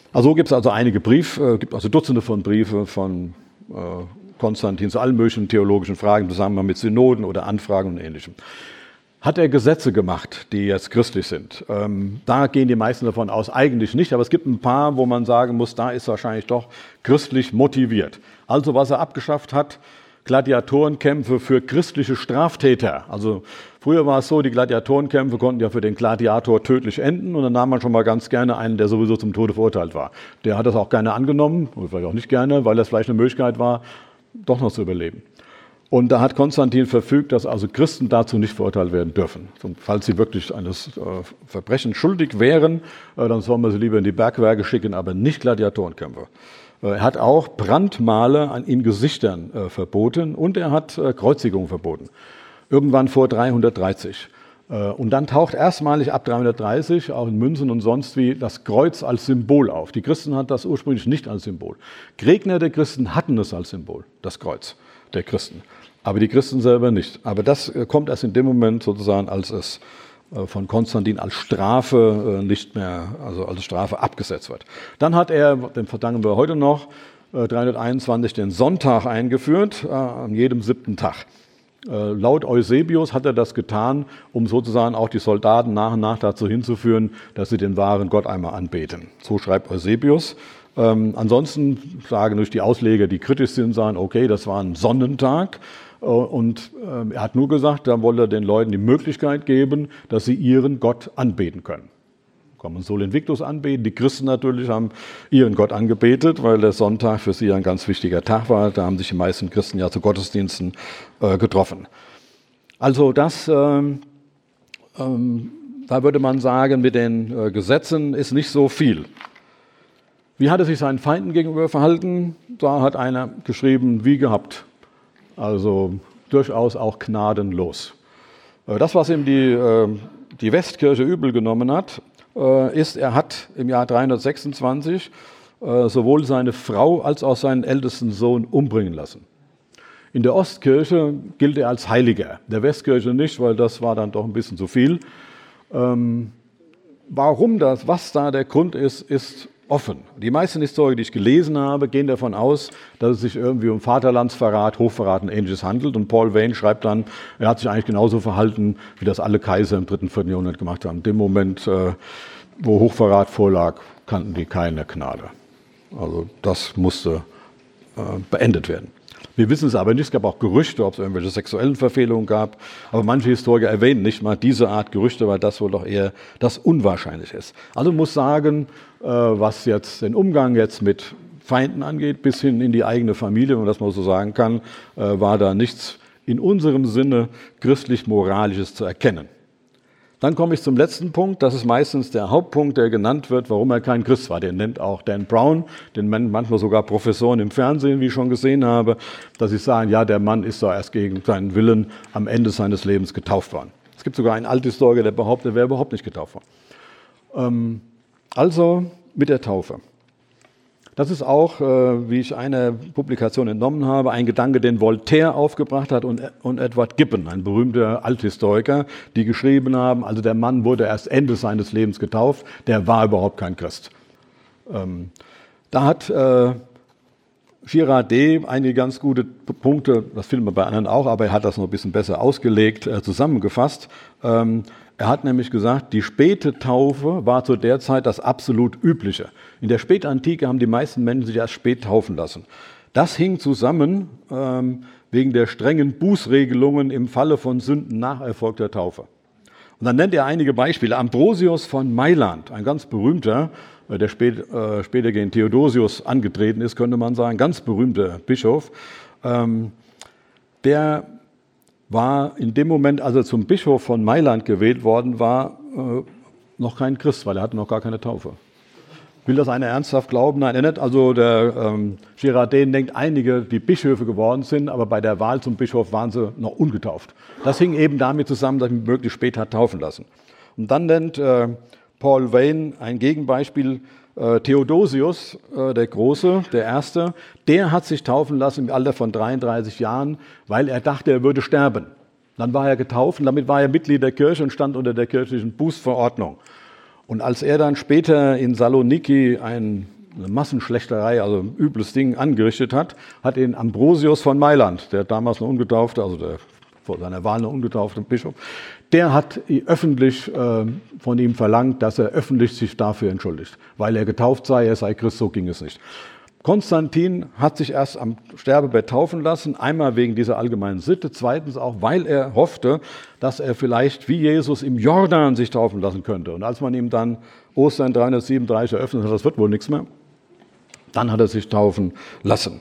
Also so gibt es also einige Briefe, äh, gibt also Dutzende von Briefe von äh, Konstantin zu allen möglichen theologischen Fragen, zusammen mit Synoden oder Anfragen und Ähnlichem. Hat er Gesetze gemacht, die jetzt christlich sind? Ähm, da gehen die meisten davon aus, eigentlich nicht, aber es gibt ein paar, wo man sagen muss, da ist wahrscheinlich doch christlich motiviert. Also was er abgeschafft hat, Gladiatorenkämpfe für christliche Straftäter. Also früher war es so, die Gladiatorenkämpfe konnten ja für den Gladiator tödlich enden und dann nahm man schon mal ganz gerne einen, der sowieso zum Tode verurteilt war. Der hat das auch gerne angenommen, oder vielleicht auch nicht gerne, weil das vielleicht eine Möglichkeit war, doch noch zu überleben. Und da hat Konstantin verfügt, dass also Christen dazu nicht verurteilt werden dürfen. Falls sie wirklich eines äh, Verbrechens schuldig wären, äh, dann soll man sie lieber in die Bergwerke schicken, aber nicht Gladiatorenkämpfe. Äh, er hat auch Brandmale an in Gesichtern äh, verboten und er hat äh, Kreuzigung verboten. Irgendwann vor dreihundertdreißig. Äh, und dann taucht erstmalig ab dreihundertdreißig auch in Münzen und sonst wie das Kreuz als Symbol auf. Die Christen hatten das ursprünglich nicht als Symbol. Gegner der Christen hatten es als Symbol, das Kreuz der Christen. Aber die Christen selber nicht. Aber das kommt erst in dem Moment sozusagen, als es von Konstantin als Strafe nicht mehr, also als Strafe abgesetzt wird. Dann hat er, den verdanken wir heute noch, dreihunderteinundzwanzig den Sonntag eingeführt, an jedem siebten Tag. Laut Eusebius hat er das getan, um sozusagen auch die Soldaten nach und nach dazu hinzuführen, dass sie den wahren Gott einmal anbeten. So schreibt Eusebius. Ähm, ansonsten sagen durch die Ausleger, die kritisch sind, sagen, okay, das war ein Sonnentag. Und äh, er hat nur gesagt, da wolle er den Leuten die Möglichkeit geben, dass sie ihren Gott anbeten können. Kann man Sol Invictus anbeten. Die Christen natürlich haben ihren Gott angebetet, weil der Sonntag für sie ein ganz wichtiger Tag war. Da haben sich die meisten Christen ja zu Gottesdiensten äh, getroffen. Also das, äh, ähm, da würde man sagen, mit den äh, Gesetzen ist nicht so viel. Wie hat er sich seinen Feinden gegenüber verhalten? Da hat einer geschrieben, wie gehabt. Also durchaus auch gnadenlos. Das, was ihm die, die Westkirche übel genommen hat, ist, er hat im Jahr dreihundertsechsundzwanzig sowohl seine Frau als auch seinen ältesten Sohn umbringen lassen. In der Ostkirche gilt er als Heiliger, der Westkirche nicht, weil das war dann doch ein bisschen zu viel. Warum das, was da der Grund ist, ist offen. Die meisten Historiker, die ich gelesen habe, gehen davon aus, dass es sich irgendwie um Vaterlandsverrat, Hochverrat und Ähnliches handelt. Und Paul Vane schreibt dann, er hat sich eigentlich genauso verhalten, wie das alle Kaiser im dritten, vierten Jahrhundert gemacht haben. In dem Moment, wo Hochverrat vorlag, kannten die keine Gnade. Also das musste beendet werden. Wir wissen es aber nicht, es gab auch Gerüchte, ob es irgendwelche sexuellen Verfehlungen gab, aber manche Historiker erwähnen nicht mal diese Art Gerüchte, weil das wohl doch eher das unwahrscheinlich ist. Also muss sagen, was jetzt den Umgang jetzt mit Feinden angeht, bis hin in die eigene Familie, wenn man das mal so sagen kann, war da nichts in unserem Sinne christlich-moralisches zu erkennen. Dann komme ich zum letzten Punkt, das ist meistens der Hauptpunkt, der genannt wird, warum er kein Christ war. Den nennt auch Dan Brown, den nennen manchmal sogar Professoren im Fernsehen, wie ich schon gesehen habe, dass sie sagen, ja, der Mann ist doch erst gegen seinen Willen am Ende seines Lebens getauft worden. Es gibt sogar einen Althistoriker, der behauptet, er wäre überhaupt nicht getauft worden. Also mit der Taufe. Das ist auch, wie ich einer Publikation entnommen habe, ein Gedanke, den Voltaire aufgebracht hat und, und Edward Gibbon, ein berühmter Althistoriker, die geschrieben haben, also der Mann wurde erst Ende seines Lebens getauft, der war überhaupt kein Christ. Ähm, da hat äh, Girardet einige ganz gute Punkte, das finden wir bei anderen auch, aber er hat das noch ein bisschen besser ausgelegt, äh, zusammengefasst. Ähm, Er hat nämlich gesagt, die späte Taufe war zu der Zeit das absolut Übliche. In der Spätantike haben die meisten Menschen sich erst spät taufen lassen. Das hing zusammen ähm, wegen der strengen Bußregelungen im Falle von Sünden nach erfolgter Taufe. Und dann nennt er einige Beispiele. Ambrosius von Mailand, ein ganz berühmter, der spät, äh, später gegen Theodosius angetreten ist, könnte man sagen, ganz berühmter Bischof, ähm, der war in dem Moment, als er zum Bischof von Mailand gewählt worden war, äh, noch kein Christ, weil er hatte noch gar keine Taufe. Will das einer ernsthaft glauben? Nein, er nicht. Also der ähm, Girardet denkt, einige, die Bischöfe geworden sind, aber bei der Wahl zum Bischof waren sie noch ungetauft. Das hing eben damit zusammen, dass er mich möglichst spät hat taufen lassen. Und dann nennt äh, Paul Vane ein Gegenbeispiel, äh, Theodosius, äh, der Große, der Erste, der hat sich taufen lassen im Alter von dreiunddreißig Jahren, weil er dachte, er würde sterben. Dann war er getauft und damit war er Mitglied der Kirche und stand unter der kirchlichen Bußverordnung. Und als er dann später in Saloniki ein eine Massenschlächterei, also ein übles Ding angerichtet hat, hat ihn Ambrosius von Mailand, der damals noch ungetaufte, also der vor seiner Wahl noch ungetaufte Bischof, der hat öffentlich äh, von ihm verlangt, dass er öffentlich sich dafür entschuldigt, weil er getauft sei, er sei Christ, so ging es nicht. Konstantin hat sich erst am Sterbebett taufen lassen, einmal wegen dieser allgemeinen Sitte, zweitens auch, weil er hoffte, dass er vielleicht wie Jesus im Jordan sich taufen lassen könnte. Und als man ihm dann Ostern dreihundertsiebenunddreißig eröffnet hat, das wird wohl nichts mehr, dann hat er sich taufen lassen.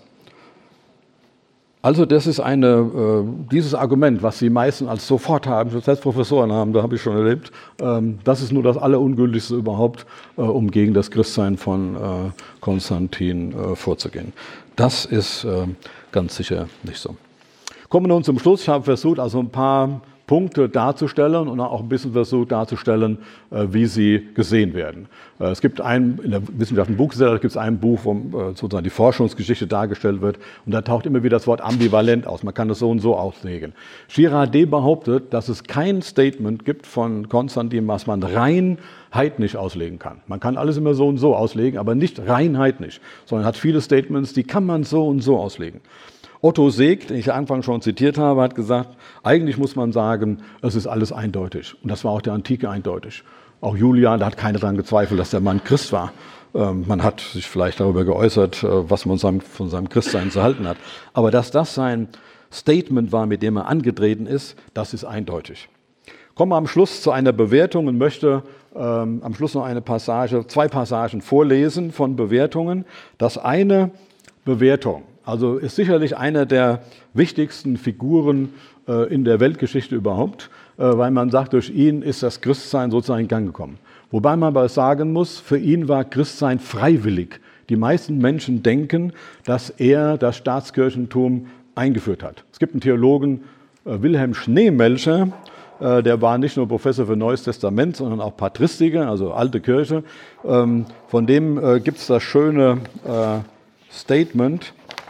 Also das ist eine, äh, dieses Argument, was die meisten als sofort haben, selbst Professoren haben, da habe ich schon erlebt, ähm, das ist nur das Allerungültigste überhaupt, äh, um gegen das Christsein von äh, Konstantin äh, vorzugehen. Das ist äh, ganz sicher nicht so. Kommen wir nun zum Schluss. Ich habe versucht, also ein paar Punkte darzustellen und auch ein bisschen versucht darzustellen, wie sie gesehen werden. Es gibt ein, in der Wissenschaft ein Buch, da gibt es ein Buch, wo sozusagen die Forschungsgeschichte dargestellt wird und da taucht immer wieder das Wort ambivalent aus. Man kann das so und so auslegen. Girardet behauptet, dass es kein Statement gibt von Konstantin, was man rein heidnisch auslegen kann. Man kann alles immer so und so auslegen, aber nicht rein heidnisch, sondern hat viele Statements, die kann man so und so auslegen. Otto Seeg, den ich am Anfang schon zitiert habe, hat gesagt, eigentlich muss man sagen, es ist alles eindeutig. Und das war auch der Antike eindeutig. Auch Julian, da hat keiner daran gezweifelt, dass der Mann Christ war. Ähm, man hat sich vielleicht darüber geäußert, äh, was man seinem, von seinem Christsein zu halten hat. Aber dass das sein Statement war, mit dem er angetreten ist, das ist eindeutig. Ich komme am Schluss zu einer Bewertung und möchte ähm, am Schluss noch eine Passage, zwei Passagen vorlesen von Bewertungen. Das eine Bewertung. Also ist sicherlich einer der wichtigsten Figuren äh, in der Weltgeschichte überhaupt, äh, weil man sagt, durch ihn ist das Christsein sozusagen in Gang gekommen. Wobei man aber sagen muss, für ihn war Christsein freiwillig. Die meisten Menschen denken, dass er das Staatskirchentum eingeführt hat. Es gibt einen Theologen, äh, Wilhelm Schneemelcher, äh, der war nicht nur Professor für Neues Testament, sondern auch Patristiker, also alte Kirche. Ähm, von dem äh, gibt es das schöne äh, Statement,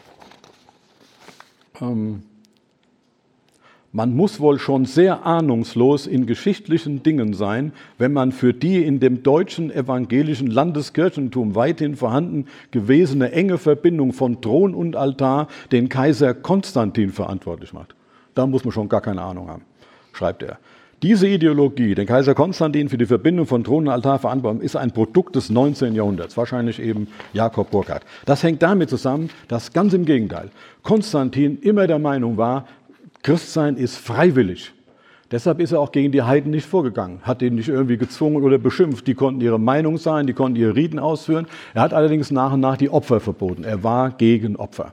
man muss wohl schon sehr ahnungslos in geschichtlichen Dingen sein, wenn man für die in dem deutschen evangelischen Landeskirchentum weithin vorhanden gewesene enge Verbindung von Thron und Altar den Kaiser Konstantin verantwortlich macht. Da muss man schon gar keine Ahnung haben, schreibt er. Diese Ideologie, den Kaiser Konstantin für die Verbindung von Thron und Altar verantwortlich, ist ein Produkt des neunzehnten Jahrhunderts, wahrscheinlich eben Jakob Burckhardt. Das hängt damit zusammen, dass ganz im Gegenteil Konstantin immer der Meinung war, Christsein ist freiwillig. Deshalb ist er auch gegen die Heiden nicht vorgegangen, hat ihnen nicht irgendwie gezwungen oder beschimpft. Die konnten ihre Meinung sein, die konnten ihre Riten ausführen. Er hat allerdings nach und nach die Opfer verboten. Er war gegen Opfer.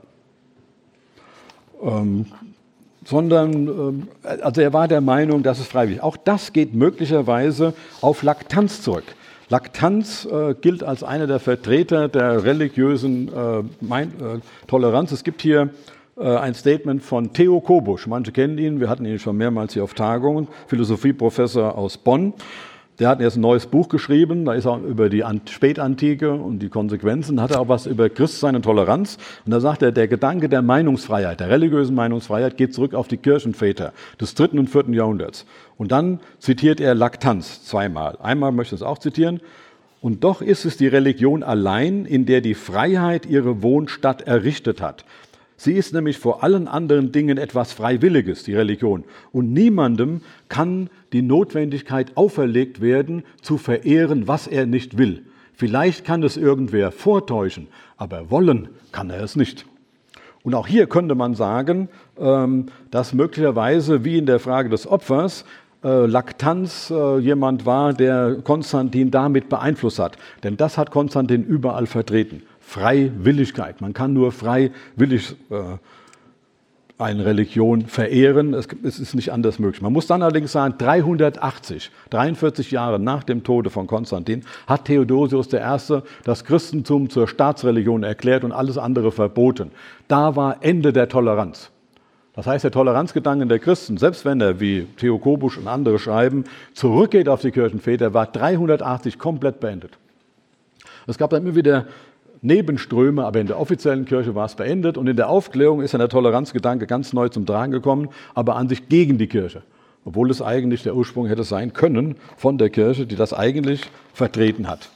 Ähm, sondern, also er war der Meinung, das ist freiwillig. Auch das geht möglicherweise auf Laktanz zurück. Laktanz äh, gilt als einer der Vertreter der religiösen äh, mein, äh, Toleranz. Es gibt hier äh, ein Statement von Theo Kobusch. Manche kennen ihn, wir hatten ihn schon mehrmals hier auf Tagungen, Philosophieprofessor aus Bonn. Der hat jetzt ein neues Buch geschrieben, da ist er über die Spätantike und die Konsequenzen, hat er auch was über Christsein und Toleranz. Und da sagt er, der Gedanke der Meinungsfreiheit, der religiösen Meinungsfreiheit geht zurück auf die Kirchenväter des dritten und vierten Jahrhunderts. Und dann zitiert er Laktanz zweimal. Einmal möchte ich es auch zitieren. Und doch ist es die Religion allein, in der die Freiheit ihre Wohnstatt errichtet hat. Sie ist nämlich vor allen anderen Dingen etwas Freiwilliges, die Religion. Und niemandem kann die Notwendigkeit auferlegt werden, zu verehren, was er nicht will. Vielleicht kann es irgendwer vortäuschen, aber wollen kann er es nicht. Und auch hier könnte man sagen, dass möglicherweise, wie in der Frage des Opfers, Laktanz jemand war, der Konstantin damit beeinflusst hat. Denn das hat Konstantin überall vertreten. Freiwilligkeit. Man kann nur freiwillig äh, eine Religion verehren. Es, es ist nicht anders möglich. Man muss dann allerdings sagen, dreihundertachtzig, dreiundvierzig Jahre nach dem Tode von Konstantin, hat Theodosius der Erste das Christentum zur Staatsreligion erklärt und alles andere verboten. Da war Ende der Toleranz. Das heißt, der Toleranzgedanke der Christen, selbst wenn er, wie Theo Kobusch und andere schreiben, zurückgeht auf die Kirchenväter, war dreihundertachtzig komplett beendet. Es gab dann immer wieder Nebenströme, aber in der offiziellen Kirche war es beendet und in der Aufklärung ist dann der Toleranzgedanke ganz neu zum Tragen gekommen, aber an sich gegen die Kirche, obwohl es eigentlich der Ursprung hätte sein können von der Kirche, die das eigentlich vertreten hat.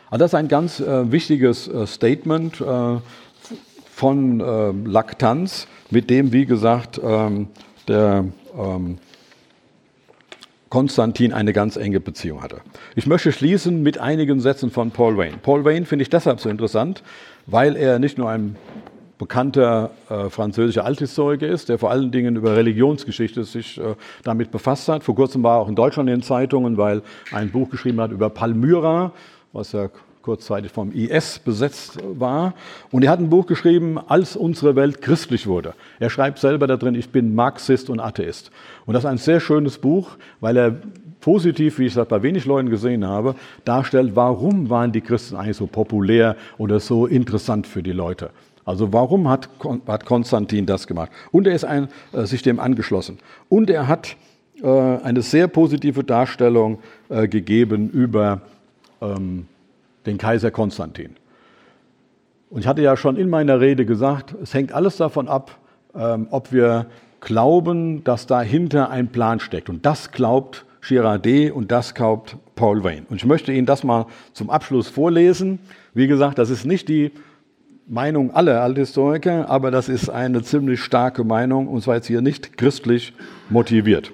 Also das ist ein ganz äh, wichtiges äh, Statement äh, von äh, Lactanz, mit dem, wie gesagt, ähm, der ähm, Konstantin eine ganz enge Beziehung hatte. Ich möchte schließen mit einigen Sätzen von Paul Veyne. Paul Veyne finde ich deshalb so interessant, weil er nicht nur ein bekannter äh, französischer Althistoriker ist, der vor allen Dingen über Religionsgeschichte sich äh, damit befasst hat. Vor kurzem war er auch in Deutschland in den Zeitungen, weil er ein Buch geschrieben hat über Palmyra, was ja kurzzeitig vom I S besetzt war. Und er hat ein Buch geschrieben, als unsere Welt christlich wurde. Er schreibt selber da drin, ich bin Marxist und Atheist. Und das ist ein sehr schönes Buch, weil er positiv, wie ich das bei wenig Leuten gesehen habe, darstellt, warum waren die Christen eigentlich so populär oder so interessant für die Leute. Also warum hat, hat Konstantin das gemacht? Und er ist ein, äh, sich dem angeschlossen. Und er hat äh, eine sehr positive Darstellung äh, gegeben über ähm, den Kaiser Konstantin. Und ich hatte ja schon in meiner Rede gesagt, es hängt alles davon ab, ähm, ob wir glauben, dass dahinter ein Plan steckt. Und das glaubt Girardet und das glaubt Paul Veyne. Und ich möchte Ihnen das mal zum Abschluss vorlesen. Wie gesagt, das ist nicht die Meinung aller Althistoriker, aber das ist eine ziemlich starke Meinung, und zwar jetzt hier nicht christlich motiviert.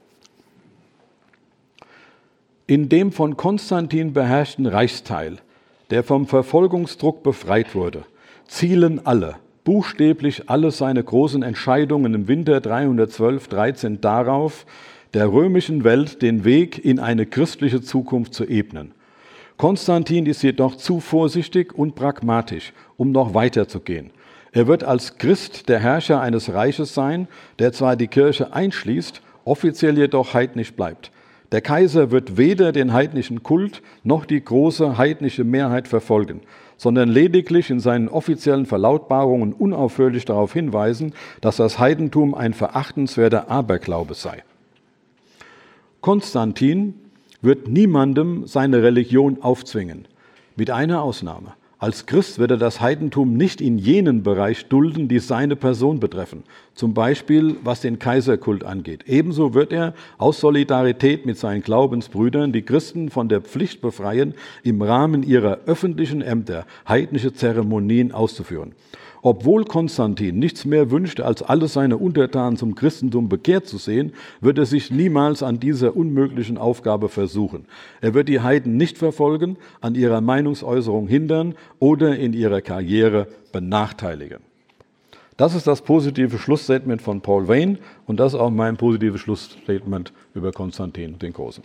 In dem von Konstantin beherrschten Reichsteil, der vom Verfolgungsdruck befreit wurde, zielen alle, buchstäblich alle seine großen Entscheidungen im Winter dreihundertzwölf dreizehn darauf, der römischen Welt den Weg in eine christliche Zukunft zu ebnen. Konstantin ist jedoch zu vorsichtig und pragmatisch, um noch weiter zu gehen. Er wird als Christ der Herrscher eines Reiches sein, der zwar die Kirche einschließt, offiziell jedoch heidnisch bleibt. Der Kaiser wird weder den heidnischen Kult noch die große heidnische Mehrheit verfolgen, sondern lediglich in seinen offiziellen Verlautbarungen unaufhörlich darauf hinweisen, dass das Heidentum ein verachtenswerter Aberglaube sei. Konstantin wird niemandem seine Religion aufzwingen, mit einer Ausnahme. Als Christ wird er das Heidentum nicht in jenen Bereich dulden, die seine Person betreffen, zum Beispiel was den Kaiserkult angeht. Ebenso wird er aus Solidarität mit seinen Glaubensbrüdern die Christen von der Pflicht befreien, im Rahmen ihrer öffentlichen Ämter heidnische Zeremonien auszuführen. Obwohl Konstantin nichts mehr wünscht, als alle seine Untertanen zum Christentum bekehrt zu sehen, wird er sich niemals an dieser unmöglichen Aufgabe versuchen. Er wird die Heiden nicht verfolgen, an ihrer Meinungsäußerung hindern oder in ihrer Karriere benachteiligen. Das ist das positive Schlussstatement von Paul Veyne und das ist auch mein positives Schlussstatement über Konstantin den Großen.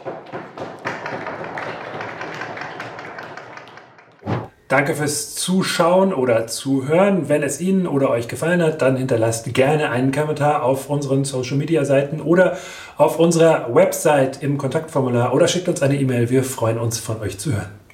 Danke fürs Zuschauen oder Zuhören. Wenn es Ihnen oder euch gefallen hat, dann hinterlasst gerne einen Kommentar auf unseren Social-Media-Seiten oder auf unserer Website im Kontaktformular oder schickt uns eine E-Mail. Wir freuen uns, von euch zu hören.